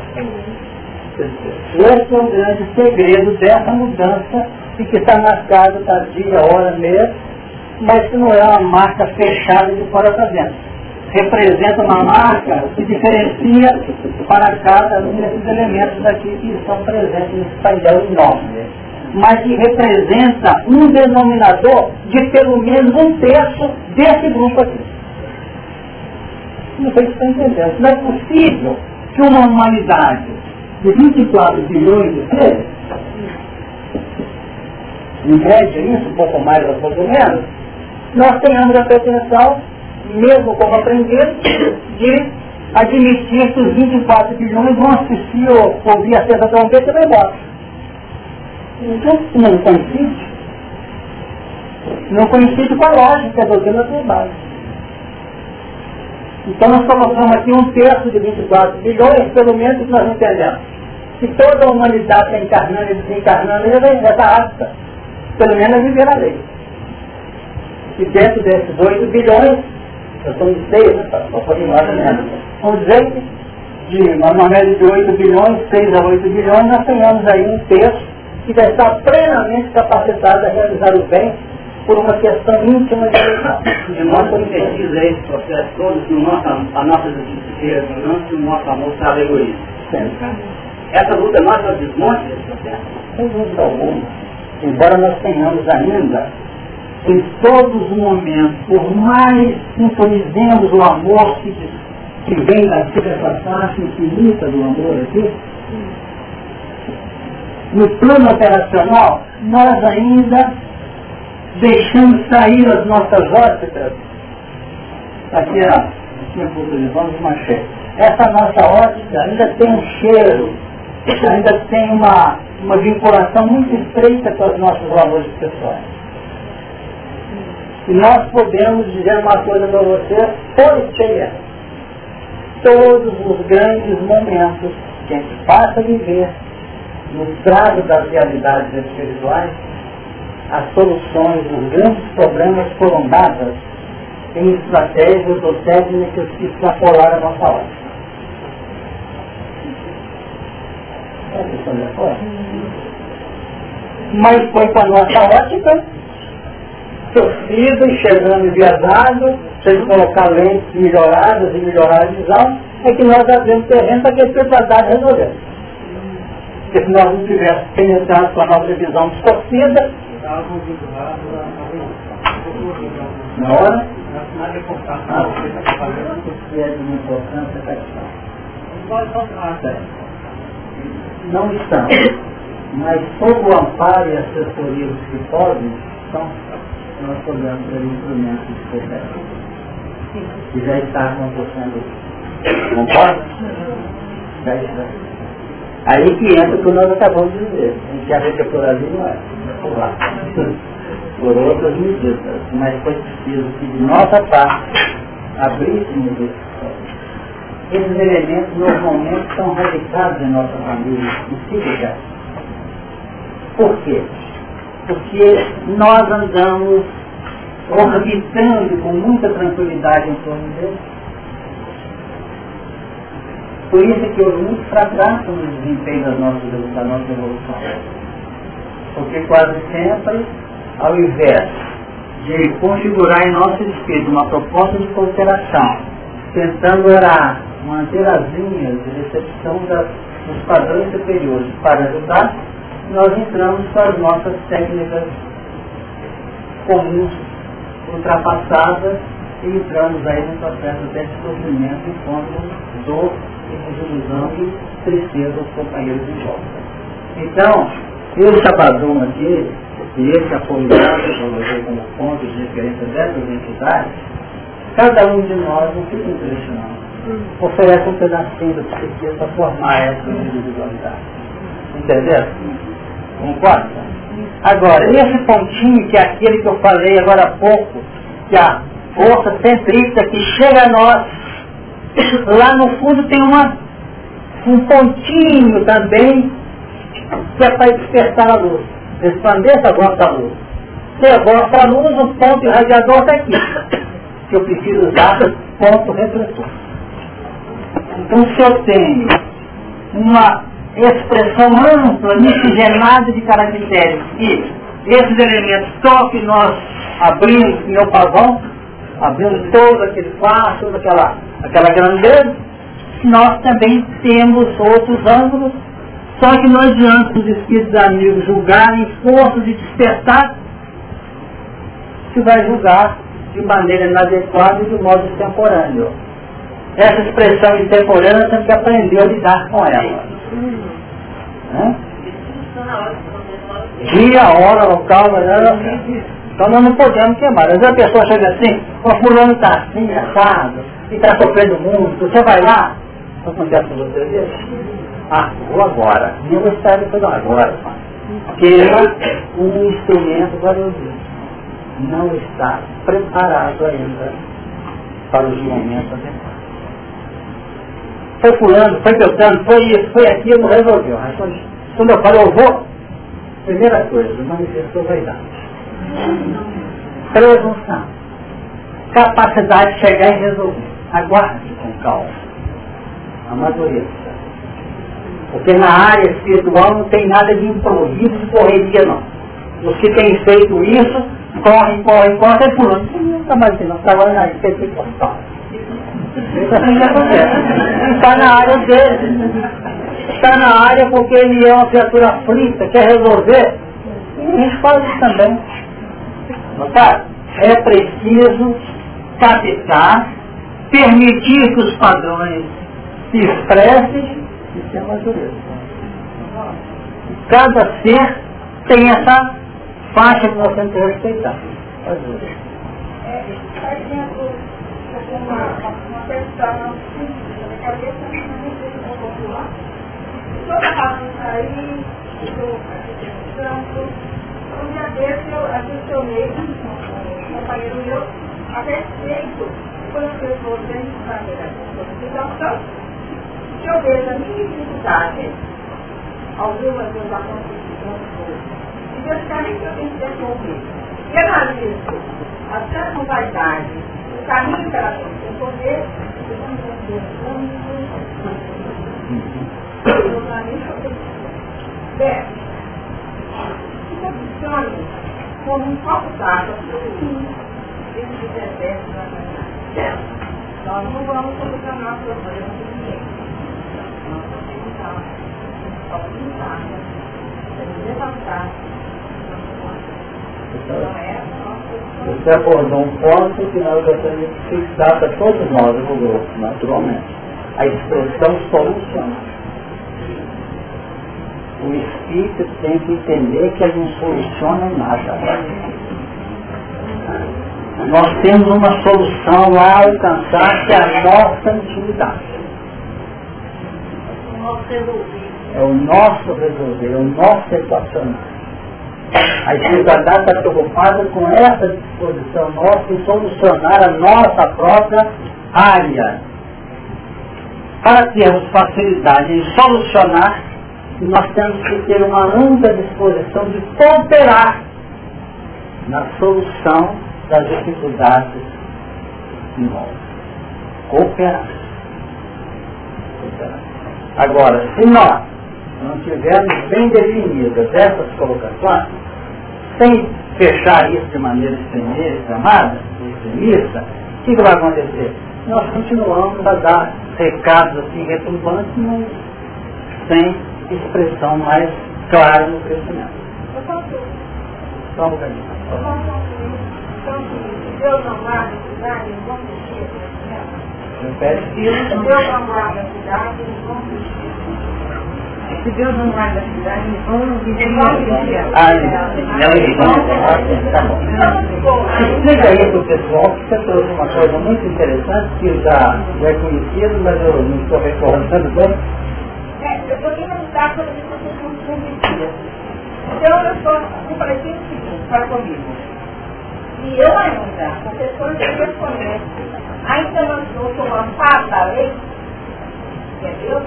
Esse é o grande segredo dessa mudança e que está marcado, está dia, hora, mês, mas que não é uma marca fechada de fora para dentro. Representa uma marca que diferencia para cada um desses elementos daqui que estão presentes nesse painel enorme. Mas que representa um denominador de pelo menos um terço desse grupo aqui. Não sei se está entendendo. Não é possível que uma humanidade de 24 bilhões de seres, em média isso, um pouco mais ou um pouco menos, nós tenhamos a pretensão, mesmo como aprendidos, de admitir que os 24 bilhões vão assistir ou ouvir a sexta trombeta e vai embora. Então, não coincide. Não coincide com a lógica da doutrina tribal. Então nós colocamos aqui um terço de 24 bilhões, pelo menos que nós entendemos. Se toda a humanidade está encarnando e desencarnando, ele vai estar apta, pelo menos a viver a lei. E dentro desses 8 bilhões, nós estamos em 6, né? Só por mais ou menos. Vamos dizer que de uma média de 8 bilhões, 6 a 8 bilhões, nós tenhamos aí um terço que vai estar plenamente capacitado a realizar o bem por uma questão íntima de eleição. E nós competimos esse processo todo com a nossa justiça, com o nosso amor para egoísmo. Essa luta nós desmonte esse processo? Sem dúvida alguma. Embora nós tenhamos ainda, em todos os momentos, por mais sintonizemos o amor que vem daqui dessa faixa infinita do amor aqui, no plano operacional, nós ainda deixamos sair as nossas óticas. Aqui, vamos machê. Essa nossa ótica ainda tem um cheiro, ainda tem uma vinculação muito estreita com os nossos valores pessoais. E nós podemos dizer uma coisa para você, por experiência. Todos os grandes momentos que a gente passa a viver no trago das realidades espirituais, as soluções dos grandes problemas foram dadas em estratégias ou técnicas que extrapolaram a nossa ótica. Mas foi com a nossa ótica sofrido, enxergando enviesado, sem colocar lentes melhoradas e melhorar a visão, é que nós abrimos terreno para que a espiritualidade resolvesse. Porque se nós não tivéssemos penetrado com a nossa visão distorcida, na hora, não estamos, mas sob o amparo e assessoria dos que podem, nós podemos ter instrumentos de proteção. E já está acontecendo. Concorda? Já está. Aí que entra o que nós acabamos de dizer. A gente acha que é por ali, não é. Por lá. Por outras medidas. Mas foi preciso que de nossa parte abríssemos esses elementos normalmente são radicados em nossa família psíquica. Por quê? Porque nós andamos orbitando com muita tranquilidade em torno dele. Por isso é que houve muito fracasso no desempenho da nossa evolução. Porque quase sempre, ao invés de configurar em nosso espírito uma proposta de cooperação, tentando orar, manter as linhas de recepção dos padrões superiores para ajudar, nós entramos com as nossas técnicas comuns, ultrapassadas, e entramos aí no processo de sofrimento e quando dor e desilusão e tristeza dos companheiros em volta. Então, esse Abadum aqui, e esse apoiado que eu coloquei como ponto de referência dessas entidades, cada um de nós não fica impressionado. Oferece um pedacinho do psiquismo para formar essa individualidade. Entendeu? Concorda? Agora, esse pontinho que é aquele que eu falei agora há pouco, que a força centrípeta que chega a nós, lá no fundo tem um pontinho também que é para despertar a luz. Expandir essa vossa luz. Se a vossa luz, o ponto irradiador está aqui. Que eu preciso usar ponto refletor. Então, se eu tenho uma expressão ampla, miscigenada de caracteres, e esses elementos só que nós abrimos em opavão, abrimos todo aquele espaço, toda aquela grandeza, nós também temos outros ângulos, só que não adianta os espíritos amigos julgarem forças de despertar, que vai julgar de maneira inadequada e de modo extemporâneo. Essa expressão extemporânea tem que aprender a lidar com ela. Dia, hora, local, então nós não podemos queimar. Às vezes a pessoa chega assim, o fulano está assim, assado, e está sofrendo muito, você vai lá, não acontece com você, vou agora. E eu vou estar depois agora. Queima um instrumento valioso. Não está preparado ainda para os momentos adequados. Foi fulano, foi Beltrano, foi isso, foi aquilo, resolveu. Quando eu falo, eu vou, primeira coisa, manifestou vaidade. Presunção. Capacidade de chegar e resolver. Aguarde com calma. Amadureça. Porque na área espiritual não tem nada de improviso, de correria, não. Os que têm feito isso, correm, é fulano. Não está mais assim, não. Está agora na área espiritual. Está na área dele. Está na área porque ele é uma criatura aflita, quer resolver. E a gente faz isso também. Notar? É preciso captar, permitir que os padrões se expressem e se amadureçam. Cada ser tem essa faixa que nós temos que respeitar. Por exemplo, uma questão na cabeça, não popular. Estou passando aí, estou acreditando. Um dia desse eu atencionei um companheiro meu a respeito quando eu estou dentro da situação. Se eu vejo a minha dificuldade, algumas das acontecimentos, e praticamente eu tenho que resolver. E analiso até com vaidade o caminho que ela tem que resolver, bem, se posicione como um copo d'água pequenininho, dentro de deserto na humanidade. Nós não vamos solucionar o problema de ninguém. Nós vamos usar um copo d'água para levantar. Você abordou um ponto que nós gostaríamos de fixar para todos nós no grupo, naturalmente. A expressão solução. O espírito tem que entender que ele não soluciona nada. Nós temos uma solução lá a alcançar, que é a nossa intimidade. É o nosso resolver, é o nosso equacionar. A espiritualidade está preocupada com essa disposição nossa em solucionar a nossa própria área. Para termos facilidade em solucionar, nós temos que ter uma ampla disposição de cooperar na solução das dificuldades novas. Cooperar. Agora, se nós não tivermos bem definidas essas colocações, sem fechar isso de maneira extremista, o que vai acontecer? Nós continuamos a dar recados assim retumbantes, mas sem expressão mais clara no crescimento. Só um bocadinho. Deus não guarda a cidade, não vamos mexer. Repete. Deus não guarda a cidade, não vamos mexer. Se Deus não guarda a cidade, vamos vigiar. Tá bom. Explica aí para o pessoal que você trouxe uma coisa muito interessante que já é conhecido, mas eu não estou recordando bem. Eu poderia ajudar quando vocês não conheciam. Então eu sou um parecido o seguinte, para comigo. E eu ainda, as pessoas que reconhecem, ainda não estou tomando parte da lei, entendeu?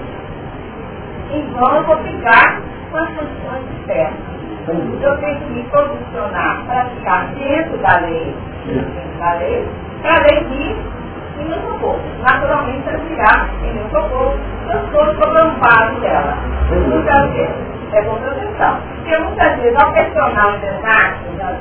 Então eu vou ficar com as condições externas. Eu tenho que me posicionar para ficar dentro da lei, para a lei vir em meu socorro. Naturalmente, para ficar em meu socorro, eu estou sob o amparo dela. Muitas vezes é com proteção. Porque muitas vezes, ao questionar o desastre das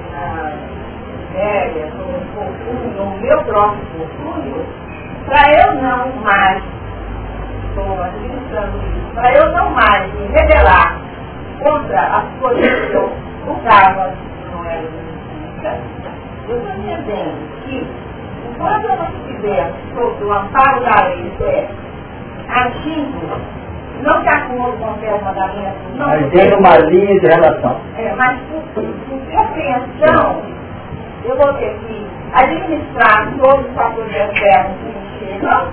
férias, no meu próprio fortúnio, para eu não mais estou administrando isso, para eu não mais me rebelar contra as coisas que eu julgava não eram justiça, eu estou entendendo que, enquanto eu não estiver sob o amparo da lei, agindo, não de acordo com o que é o mandamento, não. Mas tem uma linha de relação. Mas por compreensão, eu vou ter que administrar todos os fatores externos que me chegam,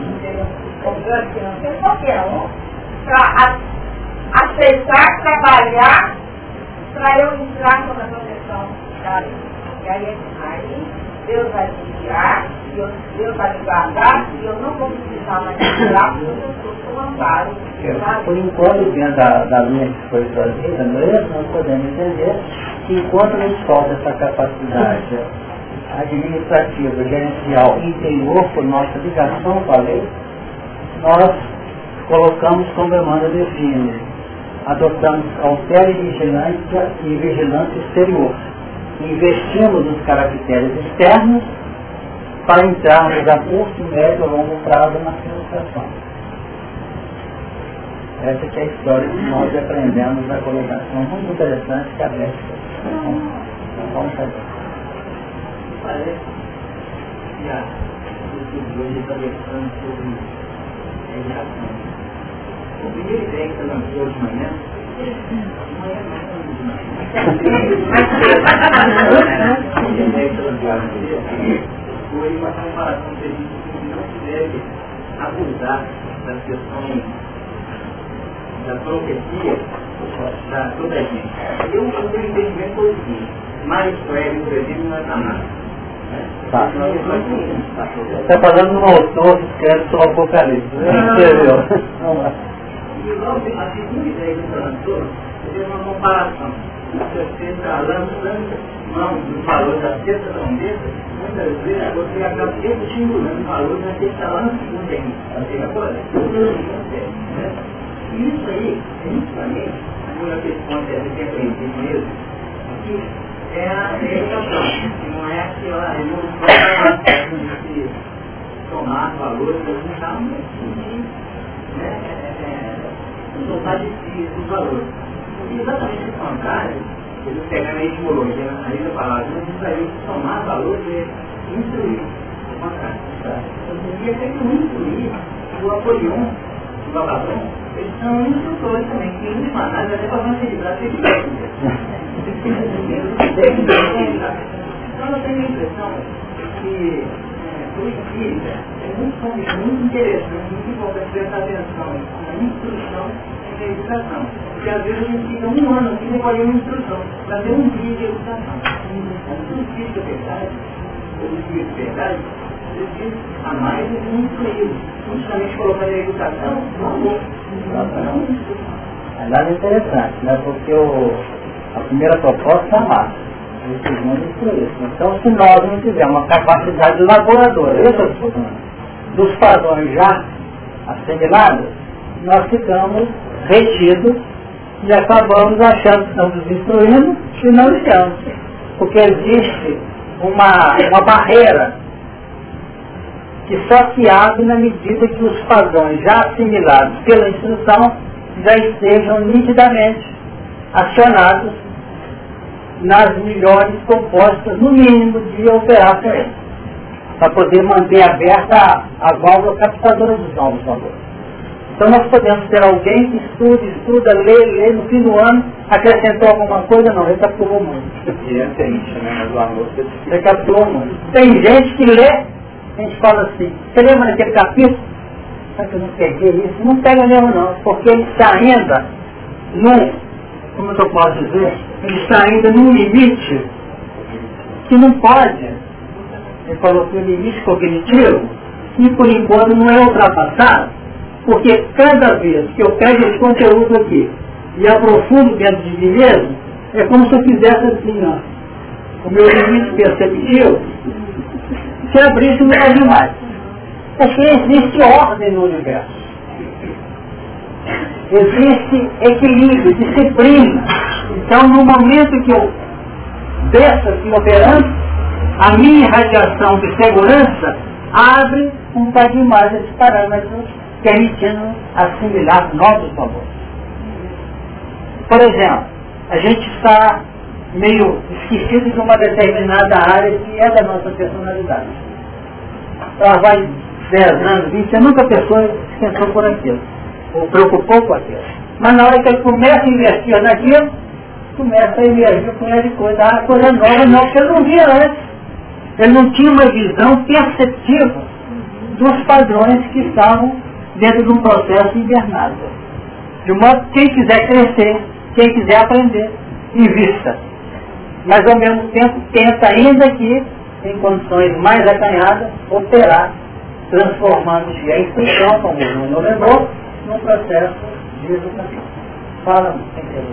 que não tem qualquer um, para aceitar, trabalhar, para eu entrar com a proteção da lei. E aí Deus vai me guiar, Deus vai me guardar, e eu não vou precisar mais guiar, porque eu estou com o amparo. Por enquanto, dentro da linha que foi trazida, nós podemos entender que enquanto nos falta essa capacidade administrativa, gerencial, interior, por nossa ligação com a lei, nós colocamos como demanda define, adotamos cautela e vigilância exterior. Investimos nos caracteres externos para entrarmos a curto, médio e longo prazo na filtração. Essa que é a história que nós aprendemos na colocação muito interessante que a Beth fez. Vamos fazer. Parece que a hoje está pensando sobre a reação. A primeira ideia que você lançou de manhã, foi uma comparação que a gente não deve abusar das questões da profecia sobre a gente. Eu tenho entendimento foi o seguinte: mais prévio, por exemplo, não é nada. Está falando no autor que escreve sobre o Apocalipse. Escreveu. E logo, a segunda ideia que você lançou é uma comparação. Você está lançando mão do valor da sexta trombeta, muitas vezes você acaba estimulando o valor daquele que está lá no segundo ainda. Agora, e isso aí, principalmente, uma questão que a gente aprende mesmo, que é a educação. Não é aquela emoção de tomar valores, não dotar de si os valores. E exatamente o contrário, eles pegam a etimologia, a língua palavra, não diz aí que tomar valores é instruir. O contrário. Eu devia ter que instruir o Apolion, o Babadon, eles são instrutores também, que em última análise até para evangelizar a igreja. Então eu tenho a impressão que o espírita é muito interessante, muito importante prestar atenção na instrução e na educação. Porque às vezes a gente fica um ano sem recolher uma instrução, para ter um dia de educação. O espírito é verdade, o espírito é verdade, precisa a mais do que instruído. Justamente colocando a educação no amor. Não instrução. Aliás, é interessante, né? Porque a primeira proposta é amar. E o segundo instruir. Então, se nós não tivermos uma capacidade elaboradora, dos padrões já assimilados, nós ficamos retidos e acabamos achando que estamos instruindo e não estamos. Porque existe uma barreira que só se abre na medida que os padrões já assimilados pela instrução já estejam nitidamente acionados nas melhores propostas, no mínimo, de operar com eles, para poder manter aberta a válvula captadora dos novos valores. Então nós podemos ter alguém que estuda, lê, no fim do ano, acrescentou alguma coisa, não, recapturou muito. E é triste, né? Mas o amor Recapturou muito. Tem gente que lê, a gente fala assim, você lembra naquele capítulo? Será que eu não peguei isso? Não pega mesmo não, porque ele está ainda como eu posso dizer, ele está ainda num limite que não pode. Ele falou que o limite cognitivo, que por enquanto não é ultrapassado, porque cada vez que eu pego esse conteúdo aqui e aprofundo dentro de mim mesmo, é como se eu fizesse assim, ó, o meu limite perceptivo se abrisse um pouco mais. Porque existe ordem no universo. Existe equilíbrio, disciplina. Então, no momento que eu desço assim operando, a minha radiação de segurança abre um bocadinho mais esses parâmetros, permitindo assimilar novos valores. Por exemplo, a gente está meio esquecido de uma determinada área que é da nossa personalidade. Ela vai 10 anos, 20 anos, nunca a pessoa se pensou por aquilo, ou preocupou com aquilo. Mas na hora que ele começa a investir naquilo, começa a emergir com ele coisa nova, não, que ele não via antes. Ele não tinha uma visão perceptiva dos padrões que estavam dentro de um processo invernado. De modo que quem quiser crescer, quem quiser aprender, invista. Mas ao mesmo tempo tenta ainda que, em condições mais acanhadas, operar, transformando-se a instrução, como o Bruno lembrou, num processo de educação. Fala, sem ter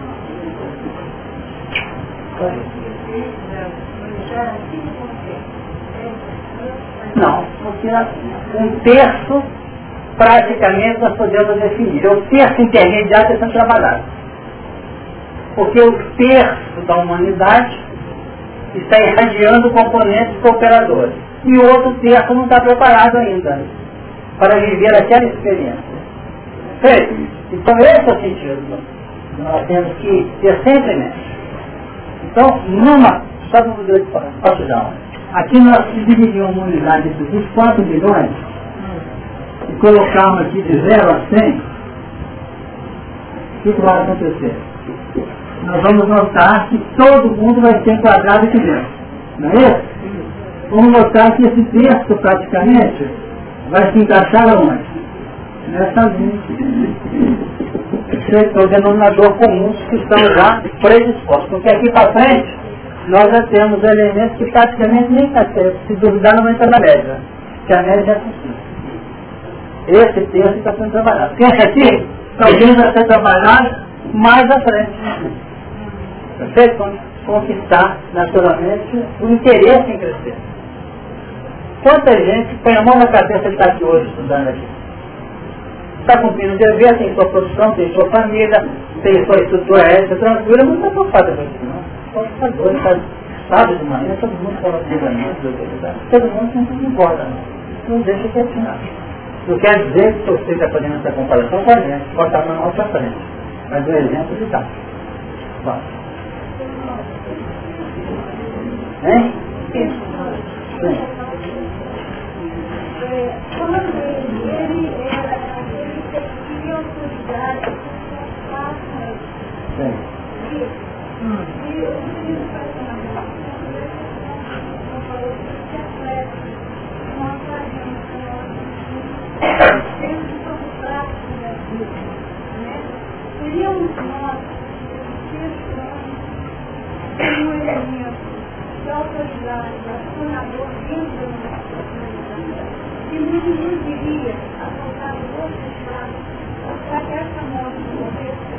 Não, porque um terço praticamente nós podemos definir. O terço intermediário está sendo trabalhado. Porque o terço da humanidade está irradiando componentes cooperadores. E o outro terço não está preparado ainda para viver aquela experiência. Feito? Então esse é o sentido. Nós temos que ter sempre mente. Então, só para poder posso dar. Aqui nós dividimos uma unidade dos 4 milhões e colocarmos aqui de 0 a 100, o que vai acontecer? Nós vamos notar que todo mundo vai ser enquadrado aqui dentro. Não é isso? Vamos notar que esse texto praticamente vai se encaixar aonde? Nessa linha. Esse é o denominador comum que estão já predispostos. Porque aqui para frente nós já temos elementos que praticamente nem está certo. Se duvidar não vai entrar na média. Que a média é possível. Esse texto está sendo trabalhado. Esse aqui talvez vai ser trabalhado mais à frente. Perfeito? Conquistar naturalmente o interesse em crescer. Quanta gente põe a mão na cabeça de estar aqui hoje estudando aqui? Está cumprindo o dever, tem sua profissão, tem sua família, tem sua estrutura ética tranquila, não está preocupado com isso, não. Sábado de manhã, todo mundo fala treinamento, todo mundo não se importa, não deixa quietinho. Não quer dizer que você está fazendo essa comparação com a gente, pode estar na nossa frente, mas o exemplo de dá. Hein? Sim. Quando ele queria autoridade, Sim. e o filho faz uma seríamos nós, um elemento de autoridade, acionador dentro da nossa comunidade, que nos diria a voltar do outro lado, para que essa morte ocorresse,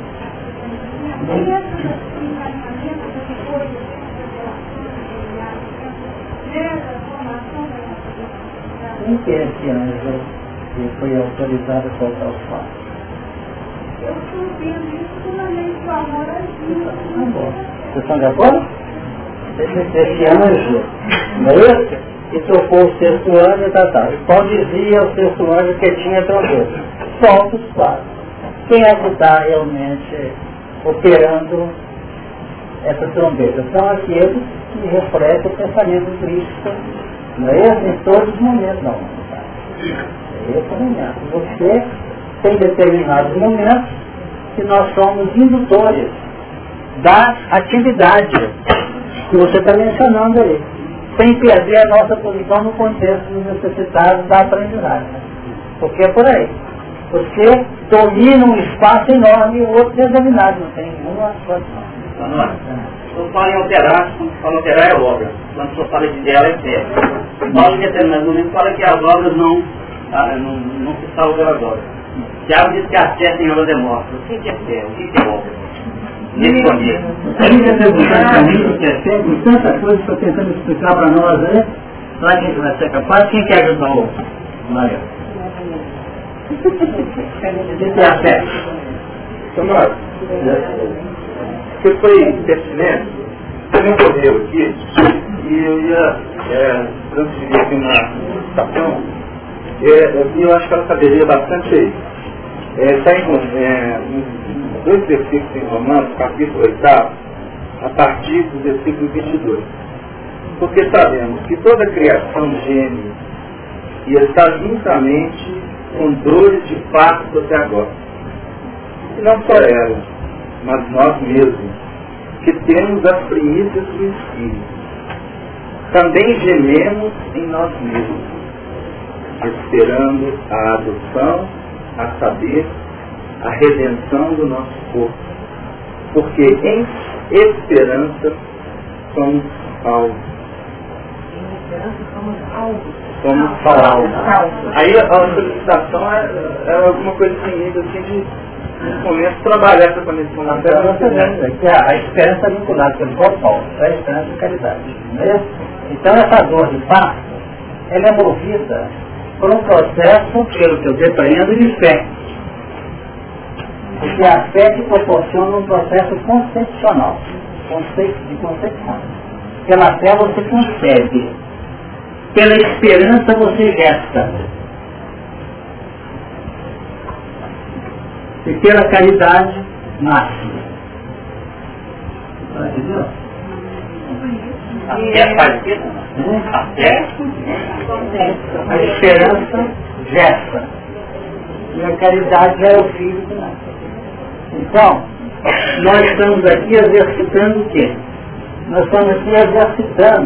dentro do encaminhamento das coisas, dentro da relação familiar, dentro da formação da nossa comunidade. Quem que é esse anjo que foi autorizado a soltar os fatos? Eu estou vendo isso pela lei do amor a Deus. Vocês estão de acordo? Esse anjo, não é esse? Que tocou o sexto anjo, e qual dizia o sexto anjo que tinha trombeta? Solta os fatos. Quem é que está realmente operando essa trombeta? São aqueles que refletem o pensamento de Cristo, não é esse? Em todos os momentos, não. Esse momento. Você tem determinados momentos que nós somos indutores da atividade que você está mencionando aí, sem perder a nossa posição no contexto dos necessitados da aprendizagem. Porque é por aí. Você domina um espaço enorme e o outro determinado, não tem nenhuma situação. Eu falo em alterar, quando falo alterar é obra. Quando eu falo de ideal é fé. Paulo, em determinado momento, fala que as obras não se salvam pelas obras. Tiago diz que a fé tem obra de morte. O que é fé? O que é obra? Nesse contexto. A gente vai perguntar para mim o que é fé, com tanta coisa que estou tentando explicar para nós aí, será que a gente vai ser capaz? Quem quer ajudar o Mário? O que é a fé? Tomara, porque foi pertinente, você me ocorreu aqui, e eu ia transferir aqui uma citação, e eu acho que ela caberia bastante aí. Está em dois versículos em Romanos, capítulo 8, a partir do versículo 22. Porque sabemos que toda a criação geme e está juntamente com dores de parto até agora. E não só ela, mas nós mesmos, que temos as primícias do Espírito. Também gememos em nós mesmos, esperando a adoção, a saber, a redenção do nosso corpo. Porque em esperança somos salvos. Somos salvos. Aí a solicitação é alguma coisa assim, de nesse momento trabalhar essa conexão na terra. A esperança é vinculada pelo Paulo, é a esperança e caridade. Não é? Então essa dor de parto, ela é movida por um processo, pelo que eu depreendo, de fé. Porque é a fé que proporciona um processo concepcional, de concepção. Pela fé você concebe, pela esperança você gesta, e pela caridade nasce. Entendeu? A fé faz isso? A fé? A esperança gesta. E a caridade já é o filho que nasce. Então, nós estamos aqui exercitando o quê? Nós estamos aqui exercitando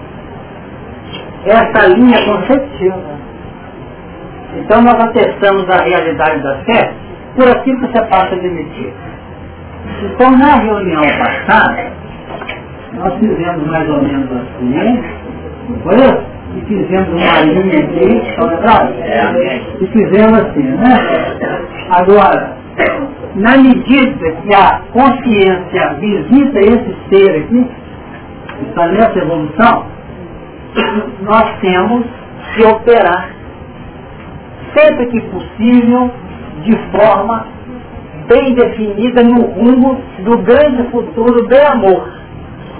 essa linha conceptiva. Então nós atestamos a realidade da fé por aquilo que você passa a admitir. Então na reunião passada, nós fizemos mais ou menos assim, foi isso? E fizemos uma linha aqui, tá legal? E fizemos assim, né? Agora, na medida que a consciência visita esse ser aqui, está nessa evolução, nós temos que operar, sempre que possível, de forma bem definida no rumo do grande futuro do amor.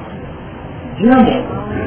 de amor.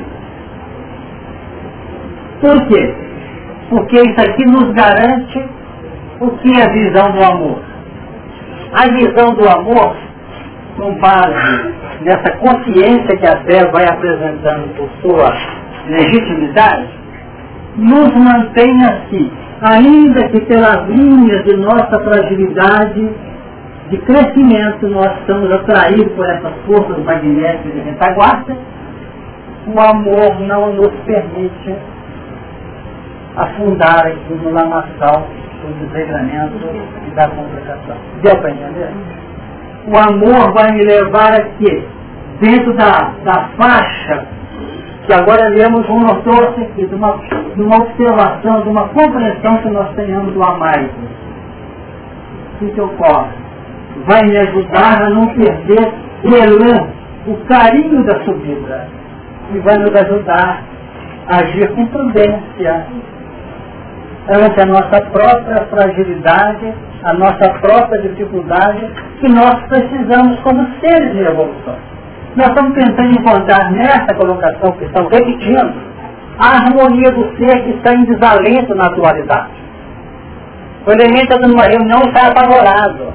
Por quê? Porque isso aqui nos garante o que é a visão do amor. A visão do amor, com base nessa consciência que a fé vai apresentando por sua legitimidade, nos mantém assim, ainda que pelas linhas de nossa fragilidade de crescimento nós estamos atraídos por essas forças magnéticas de retaguarda, o amor não nos permite afundar aqui no lamaçal do desregramento e da complicação. Deu para entender? O amor vai me levar aqui, dentro da faixa, que agora lemos um nosso aqui, de uma observação, de uma compreensão que nós tenhamos do amar. O que ocorre? Vai me ajudar a não perder o elan, o carinho da subida, e vai nos ajudar a agir com prudência ante a nossa própria fragilidade, a nossa própria dificuldade, que nós precisamos como seres de evolução. Nós estamos tentando encontrar nessa colocação que estamos repetindo a harmonia do ser que está em desalento na atualidade. O elemento está numa reunião e está apavorado.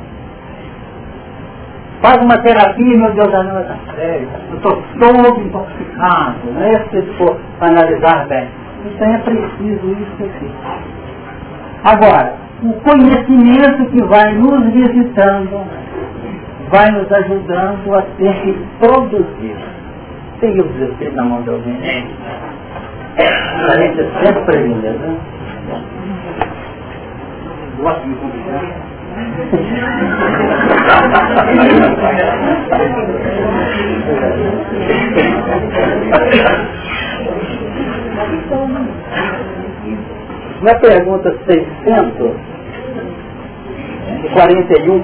Faz uma terapia, meu Deus, não está sério. Eu estou todo intoxicado, não é se for analisar bem. Então é preciso isso aqui. Agora, o conhecimento que vai nos visitando, vai nos ajudando a ter que produzir. Tem o desespero na mão de alguém? A gente é sempre prevenido, né? Gosto de me convidar. Na pergunta 641,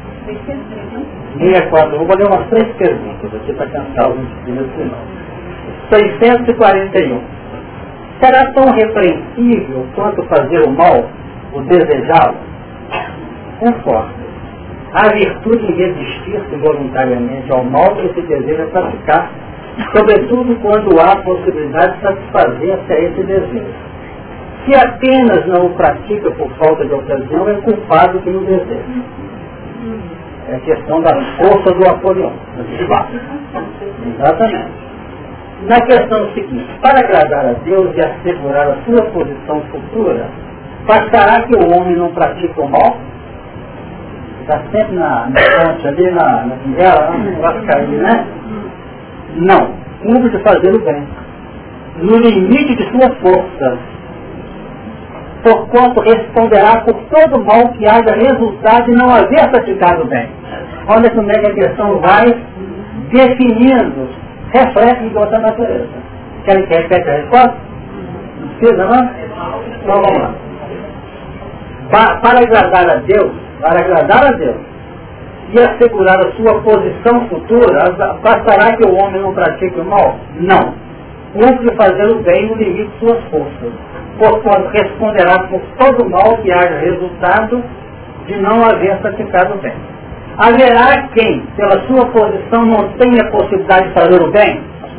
64, vou fazer umas 3 perguntas aqui para cansar os primeiros final. 641. Será tão repreensível quanto fazer o mal, o desejá-lo? Concordo. A virtude em resistir-se voluntariamente ao mal que se deseja praticar, sobretudo quando há possibilidade de satisfazer-se a esse desejo. Se apenas não o pratica por falta de ocasião, é culpado que o deseja. É a questão da força do Apolion. Exatamente. Na questão seguinte, para agradar a Deus e assegurar a sua posição futura, bastará que o homem não pratique o mal? Está sempre na fonte ali, na guerra, não vai cair, né? Não. Cumpre de fazer o bem. No limite de sua força. Porquanto responderá por todo mal que haja resultado de não haver praticado o bem. Olha como é que a questão vai definindo reflexos de outra natureza. Querem que repete a resposta? Não precisa, não? Então vamos lá. Para agradar a Deus e assegurar a sua posição futura, bastará que o homem não pratique o mal? Não. Cumpre fazer o bem no limite de suas forças. Porquanto responderá por todo mal que haja resultado de não haver praticado o bem. Haverá quem, pela sua posição, não tenha possibilidade de fazer o bem?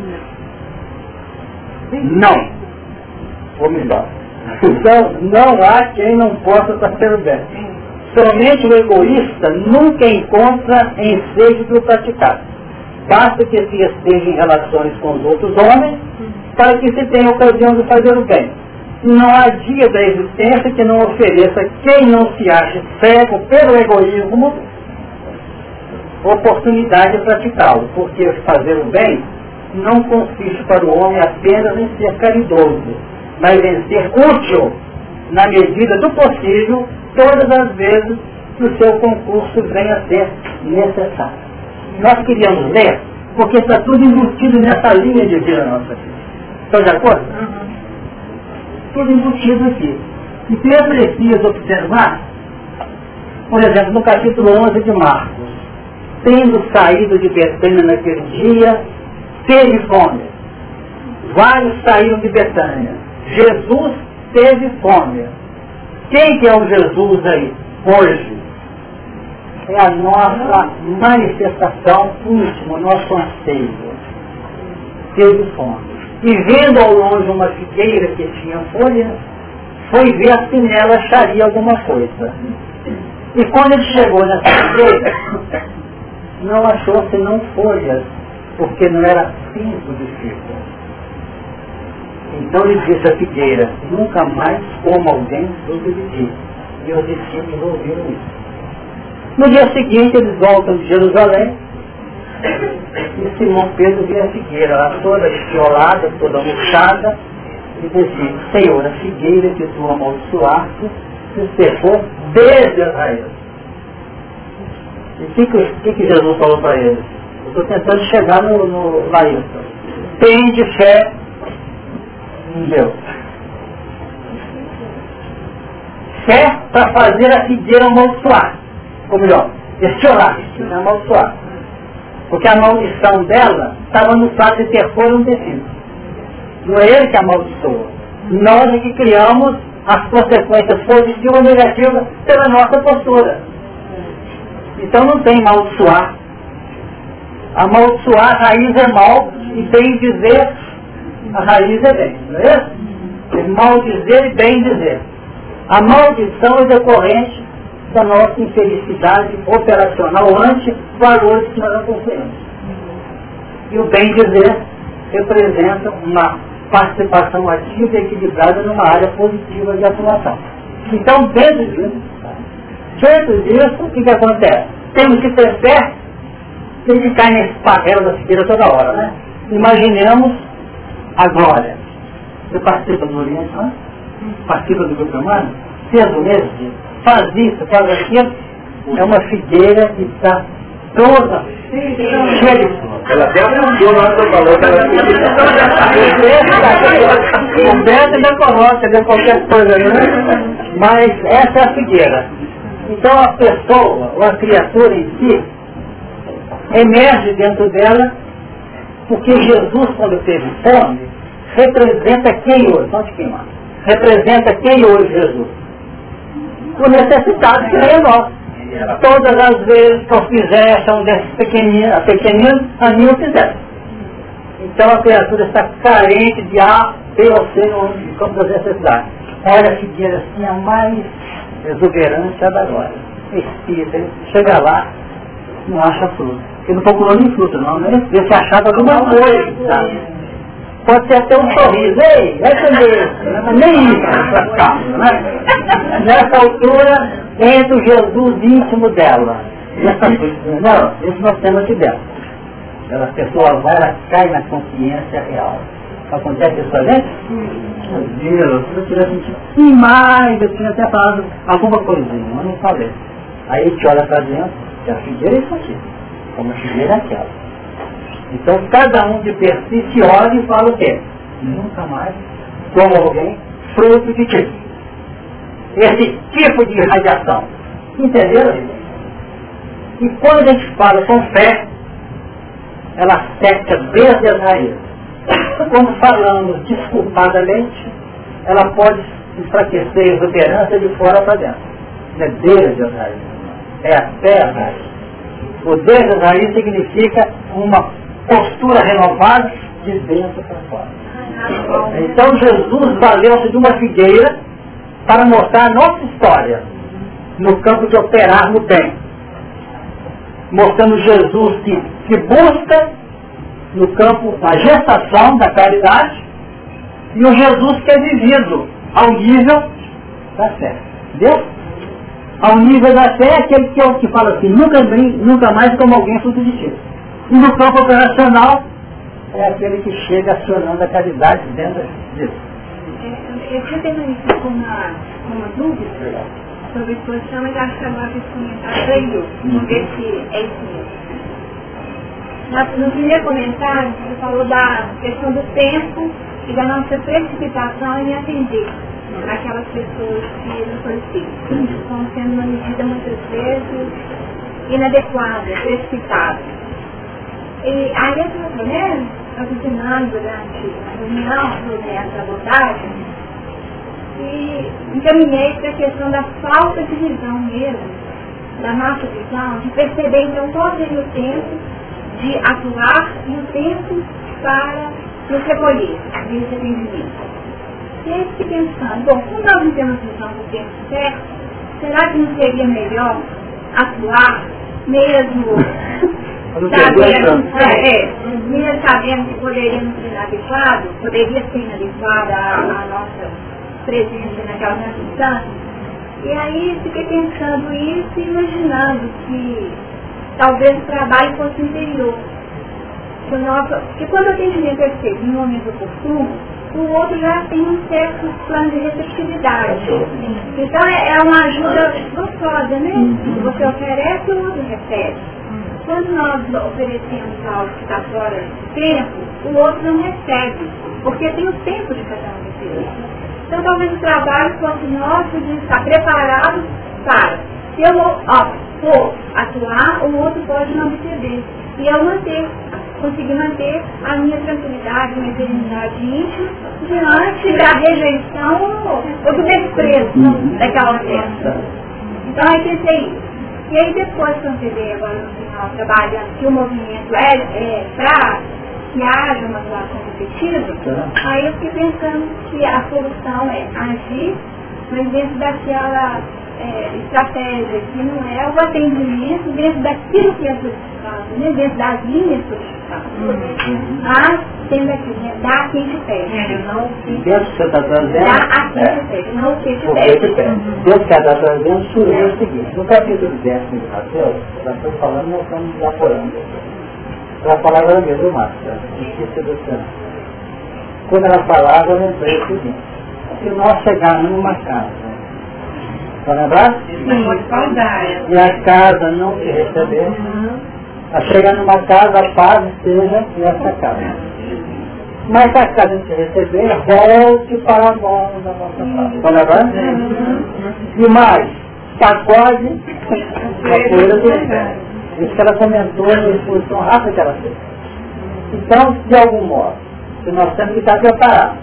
Não. Ou melhor. Então, não há quem não possa fazer o bem. Somente o egoísta nunca encontra ensejo de o praticar. Basta que se esteja em relações com os outros homens para que se tenha ocasião de fazer o bem. Não há dia da existência que não ofereça quem não se ache cego pelo egoísmo oportunidade de praticá-lo, porque fazer o bem não consiste para o homem apenas em ser caridoso, mas em ser útil, na medida do possível, todas as vezes que o seu concurso venha a ser necessário. Nós queríamos ler, porque está tudo embutido nessa linha de vida nossa aqui. Estão de acordo? Tudo embutido aqui. Então é preciso observar, por exemplo, no capítulo 11 de Marcos, tendo saído de Betânia naquele dia, teve fome. Vários saíram de Betânia. Jesus teve fome. Quem que é o Jesus aí, hoje? É a nossa manifestação última, o nosso anseio. teve fome. E vendo ao longe uma figueira que tinha folhas, foi ver se nela acharia alguma coisa. E quando ele chegou nessa figueira, não achou senão folhas, porque não era tempo de figo. Então ele disse à figueira: nunca mais coma alguém fruto de ti. E os discípulos ouviram isso. No dia seguinte eles voltam de Jerusalém, e Simão Pedro vê a figueira, ela toda estiolada, toda murchada, e diz assim: Senhor, a figueira que tu amaldiçoaste se secou desde as raízes. E o que Jesus falou para ele? Eu estou tentando chegar no Laírton. Tem de fé em Deus. Fé para fazer a figueira amaldiçoar. Ou melhor, estiolar, amaldiçoar. Porque a maldição dela estava no fato de ter folha no tecido. Não é ele que amaldiçoa. Nós é que criamos as consequências positivas ou negativas pela nossa postura. Então não tem amaldiçoar. Amaldiçoar, a raiz é mal, e bem dizer, a raiz é bem. Não é isso? É mal dizer e bem dizer. A maldição é decorrente da nossa infelicidade operacional ante valores que nós não possuímos. E o bem dizer representa uma participação ativa e equilibrada numa área positiva de atuação. Então, dentro disso, o que acontece? Temos que ter fé e ele cai nesse papel da figueira toda hora, né? Imaginemos a glória. Você participa do Oriente, não é? Participa do grupo humano? Sendo mesmo, faz isso, faz aquilo. É uma figueira que está toda cheia de flor. Ela até apontou na hora que eu falou que ela o Beto ainda coloca, de qualquer coisa, né? Mas essa é a figueira. Então a pessoa, ou a criatura em si, emerge dentro dela, porque Jesus, quando teve fome, representa quem hoje? Pode queimar. Representa quem hoje Jesus? O necessitado que nem nós. Todas as vezes que eu fizer, são desses pequeninos, a mim eu fizer. Então a criatura está carente de A, B ou C no campo das necessidades. Olha a figueira assim, a mais exuberante da glória. Espírita, ele chega lá, não acha fruta. Porque não procurou nem fruta, não, né? Vê se achava alguma coisa. Pode ser até um sorriso. Ei, vai entender. Nem isso para cá, né? Nessa altura, entra o Jesus íntimo dela. Não, isso nós temos aqui dentro. A pessoa vai, ela cai na consciência real. Acontece isso com a gente? Meu Deus, se eu tivesse sentido demais, eu tinha até falado alguma coisinha, mas não falei. Aí a gente olha para dentro, e a figueira é isso aqui, como a figueira é aquela. Então cada um de per si se olha e fala o quê? Nunca mais como alguém fruto de ti. Esse tipo de radiação. Entenderam? E quando a gente fala com fé, ela seca desde as raízes. Quando falamos desculpadamente, ela pode enfraquecer a exuberância de fora para dentro. É desde as raízes. É até as raízes. O desde as raízes significa uma postura renovada de dentro para fora. Então Jesus valeu-se de uma figueira para mostrar a nossa história no campo de operar no bem. Mostrando Jesus que busca no campo da gestação da caridade e o Jesus que é vivido ao nível da fé. Entendeu? Ao nível da fé é aquele que fala assim, nunca mais como alguém fruto de ti. E no campo operacional é aquele que chega acionando a caridade dentro disso. Eu tenho uma dúvida sobre a exposição, mas acho que agora esse comentário veio. Vamos ver se é isso mesmo. No primeiro comentário, você falou da questão do tempo e da nossa precipitação em atender aquelas pessoas que nos solicitam. Estão sendo uma medida muitas vezes inadequada, precipitada. E aí eu estou alucinando durante a reunião sobre essa abordagem e encaminhei para a questão da falta de visão mesmo, da nossa visão, de perceber então todo o tempo de atuar e o tempo para nos recolher, nesse atendimento. E aí fiquei pensando, bom, como nós não temos visão do tempo certo, será que não seria melhor atuar mesmo sabendo que poderia não ser inadequado, poderia ser inadequada a nossa presença naquela instância? E aí fiquei pensando isso e imaginando que talvez o trabalho fosse interior. Porque quando o atendimento é feito no momento oportuno, o outro já tem um certo plano de receptividade. Então é uma ajuda gostosa, né? Você oferece, o outro recebe. Quando nós oferecemos algo que está fora do tempo, o outro não recebe, porque tem o tempo de cada um receber. Então talvez o trabalho fosse nosso de estar preparado para, se eu for atuar, o outro pode não receber. E eu conseguir manter a minha tranquilidade, minha serenidade íntima diante da rejeição ou do desprezo daquela oferta. Então aí pensei isso. E aí depois, quando você vê agora no final trabalhando que o movimento é para que haja uma atuação efetiva, aí eu fiquei pensando que a solução é agir, mas dentro daquela estratégia que não é o atendimento, dentro daquilo que é solicitado, né? Dentro das linhas solicitadas. Mas tendo aqui, né? Dá a quem te pede. Deus que você está trazendo. Dá a quem te pede, não o que te pede. Deus que está trazendo surgiu o seguinte: no capítulo 10 de Mateus, nós estamos falando, nós estamos desaforando. Ela falava mesmo do Márcio, justiça do Senhor. Quando ela falava, eu lembrei o seguinte: se nós chegarmos numa casa, para lembrar? E a casa não te receber, a chegar numa casa, a paz esteja nessa casa. Mas se a casa não te receber, volte para nós da nossa casa. Para lembrar? E mais, sacode a poeira do céu. Isso que ela comentou na exposição rápida que ela fez. Então, de algum modo, se nós temos que estar preparados,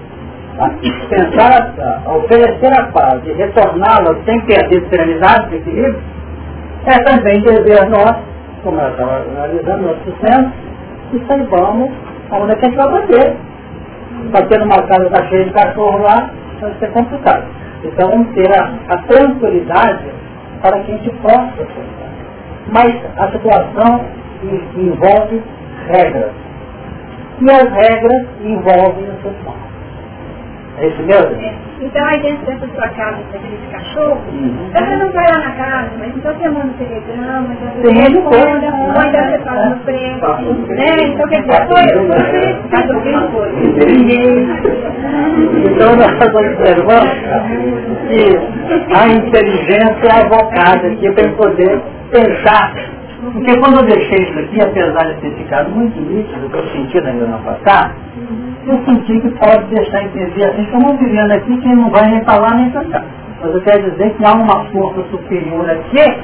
pensar a oferecer a paz e retorná-la sem perder serenidade, equilíbrio, é também dever nós, como ela estava analisando, nós sucessamos, e saibamos aonde é que a gente vai bater. Bater numa casa está cheia de cachorro lá, vai ser complicado. Então vamos ter a tranquilidade para que a gente possa sucessar. Mas a situação envolve regras. E as regras envolvem a solução. É isso mesmo? Então aí dentro dessa sua casa, daquele cachorro, você não vai lá na casa, mas então você manda um telegrama, já manda você fala no preço, né? Então quer dizer, você então nós observamos que a inteligência é avocada aqui para poder pensar. Porque quando eu deixei isso aqui, apesar de ter ficado muito nítido, que eu senti na minha passada, eu senti que pode deixar entender assim, que eu não vivendo aqui, quem não vai nem falar nem cantar. Mas eu quero dizer que há uma força superior aqui,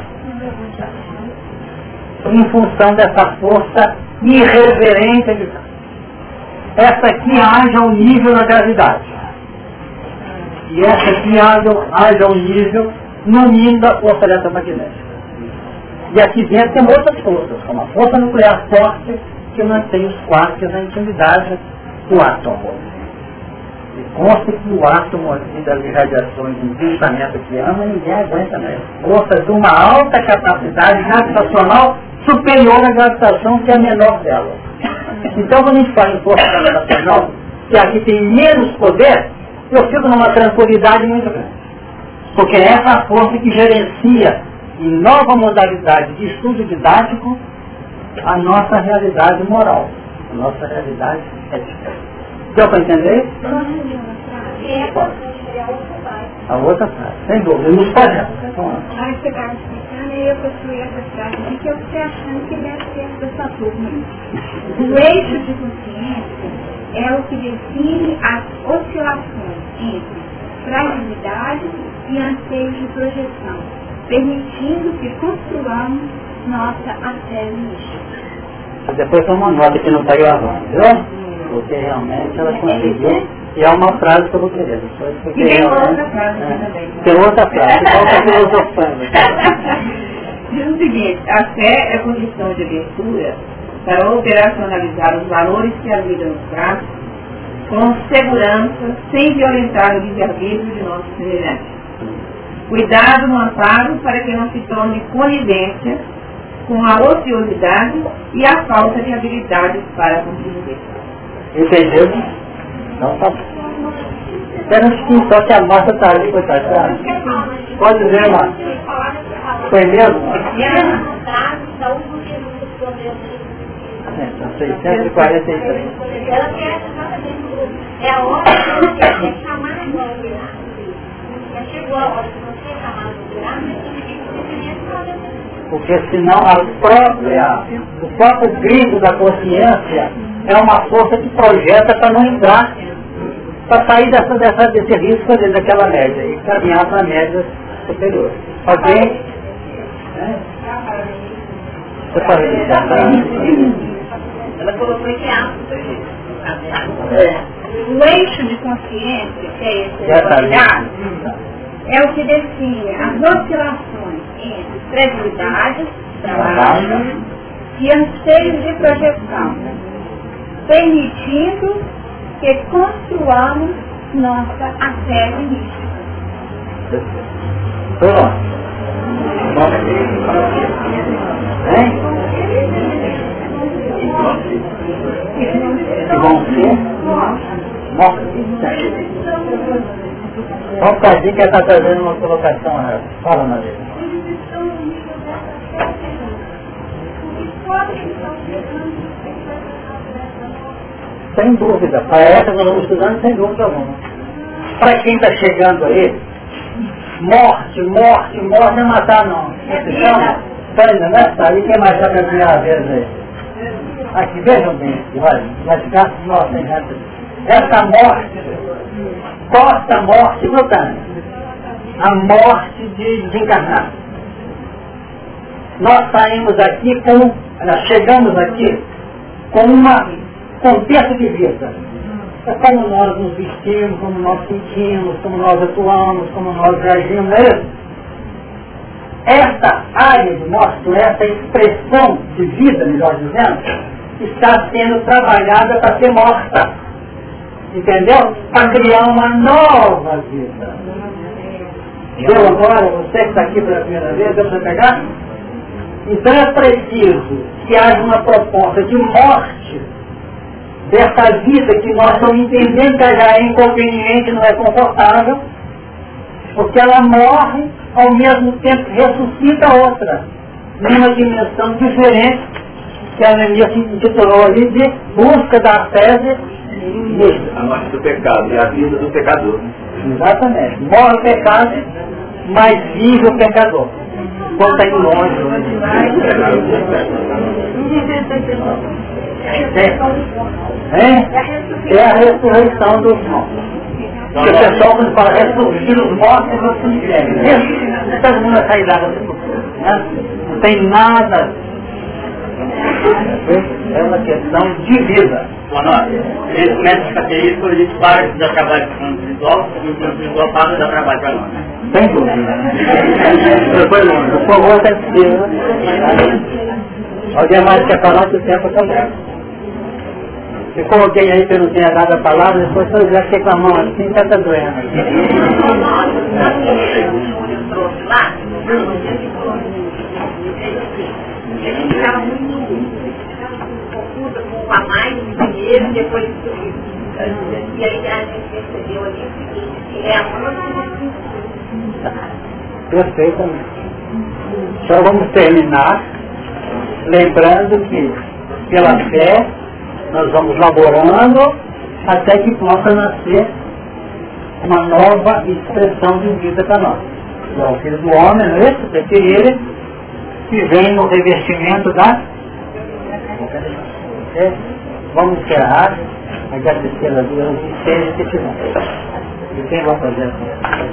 em função dessa força irreverente de Deus. Essa aqui haja um nível na gravidade. E essa aqui haja um nível no nível da força eletromagnética. E aqui dentro tem outras forças, como a força nuclear forte, que mantém os quartos na intimidade do átomo. E consta que o átomo aqui das irradiações de investimento que ama, ninguém aguenta mesmo. Força de uma alta capacidade gravitacional superior à gravitação, que é a menor dela. Então, quando a gente fala em força gravitacional, que aqui tem menos poder, eu fico numa tranquilidade muito grande. Porque essa é a força que gerencia em nova modalidade de estudo didático a nossa realidade moral, a nossa realidade ética. Deu para entender? A outra frase, sem dúvida, nos pode. Aí você vai explicando e eu construí essa frase de que eu estou achando que deve ser dessa turma. O eixo de consciência é o que define as oscilações entre fragilidade e anseios de projeção, permitindo que construamos nossa ascese mística. Depois foi uma nota que não saiu a voz, viu? Porque realmente ela conseguiu, e é uma frase que eu vou querer. E tem outra frase também. Tem outra frase, outra filosofando. Diz o seguinte: a fé é condição de abertura para operacionalizar os valores que a vida nos traz com segurança, sem violentar o livre-arbítrio de nossos semelhantes. Cuidado no amparo para que não se torne conivência com a ociosidade e a falta de habilidades para compreender. Entendeu? Não tá. Espera um pouquinho, só que a massa está ali, coitada. Pode dizer, Márcia. Foi mesmo? São 643. É a hora que você quer chamar a virar. Chegou a hora que você é chamado a virar, mas porque senão o próprio grito da consciência é uma força que projeta para não entrar, para sair desse risco daquela média e caminhar para a média superior. Ok? Você pode ela colocou esse o eixo de consciência, que é esse olhar, é o que define as oscilações entre fragilidades, trabalho e anseios de projeção, permitindo que construamos nossa afeto mística. Pronto. Que vão ser mortos. Só um bocadinho que ela está trazendo uma colocação. Fala, Maria. Sem dúvida. Para essa que nós estamos estudando, sem dúvida alguma. Para quem está chegando aí, morte é matar não. Está ainda nessa aí, quem mais está pela primeira vez aí? Aqui, vejam bem, olha, vai ficar nossa, essa morte, posta morte, notando, a morte de desencarnar. Nós saímos aqui chegamos aqui com um texto de vida. É como nós nos vestimos, como nós sentimos, como nós atuamos, como nós reagimos, não é isso? Essa área do nosso, essa expressão de vida, melhor dizendo, está sendo trabalhada para ser morta. Entendeu? Para criar uma nova vida. Deu agora? Você que está aqui pela primeira vez, deu para pegar? Então é preciso que haja uma proposta de morte dessa vida que nós estamos entendendo que já é inconveniente, não é confortável, porque ela morre, ao mesmo tempo ressuscita outra, numa dimensão diferente, que a Anemia se intitulou ali de busca da tese mística. A morte do pecado e a vida do pecador. Exatamente. Morre o pecado, mas vive o pecador. Quando está indo longe. É a ressurreição dos mortos. Porque o pessoal quando fala ressurgir os mortos no cemitério. Não todo mundo vai sair da água do futuro. Não tem nada. É uma questão de vida. Eles começam a ficar felizes quando a gente para de dar trabalho para o plano espiritual, e o plano espiritual para de dar trabalho para nós. Sem dúvida. Foi longe. O favor está precisa. Alguém mais quer falar que o tempo está bom. Se coloquei aí que eu não tenha dado a palavra, depois eu já fiquei com a mão assim, está doendo. Ele ficava muito confusa com a mais do dinheiro, depois e aí a gente percebeu ali o seguinte, que é a morte. Perfeitamente. Então vamos terminar lembrando que pela fé nós vamos laborando até que possa nascer uma nova expressão de vida para nós. É o Filho do Homem, não é isso? Porque ele que vem no revestimento da... Vamos encerrar, agradecer a Deus e seja que tiver. E quem vai fazer assim?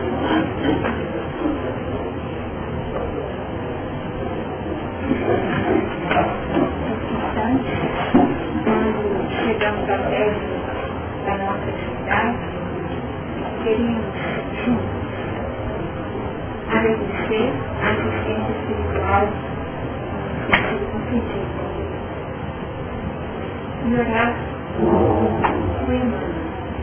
Chegamos à terra da nossa cidade, queríamos juntos agradecer a assistência espiritual que tem sido concedida e orar com irmãos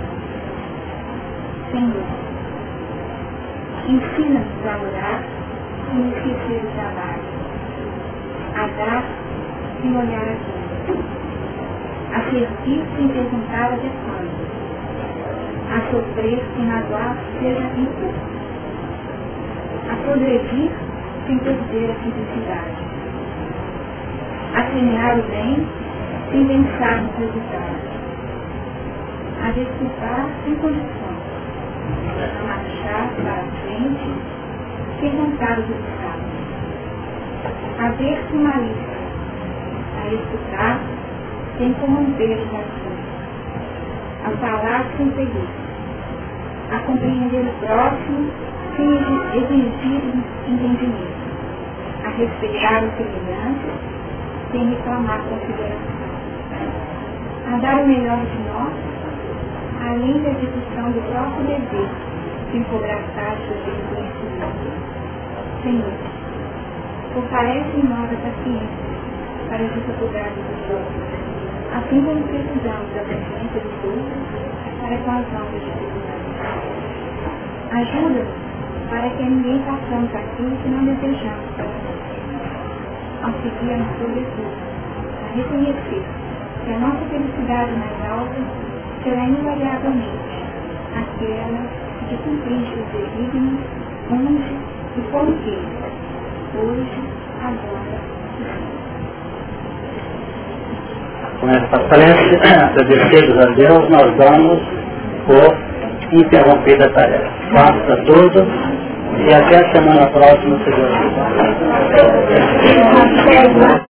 Ensina-nos a orar sem esquecer o trabalho, a dar sem olhar a quem, a servir sem perguntar até quando, a sofrer sem magoar seja rico, a progredir sem perder a felicidade, a semear o bem sem pensar nos resultados, a desculpar sem condições, a marchar para a frente sem contar os obstáculos, a ver sem malícia, a escutar sem corromper os assuntos, a falar sem preguiça, a compreender o próximo sem exigir entendimento, a respeitar os semelhantes sem reclamar consideração, a dar o melhor de nós, além da execução do próprio dever, sem cobrar taxas de reconhecimento. Senhor, fortalece em nós a paciência para as dificuldades dos outros, assim como precisamos da paciência dos outros para com as nossas dificuldades. Ajuda-nos para que ninguém façamos aquilo que não desejamos para nós. Auxilia-nos, sobretudo, a reconhecer que a nossa felicidade mais alta será invariavelmente aquela de cumprir os desígnios onde e como queira, hoje, agora e sempre. Com essa prece, agradecidos a Deus, nós damos por interrompida a tarefa. Faça tudo e até a semana próxima, se Deus quiser.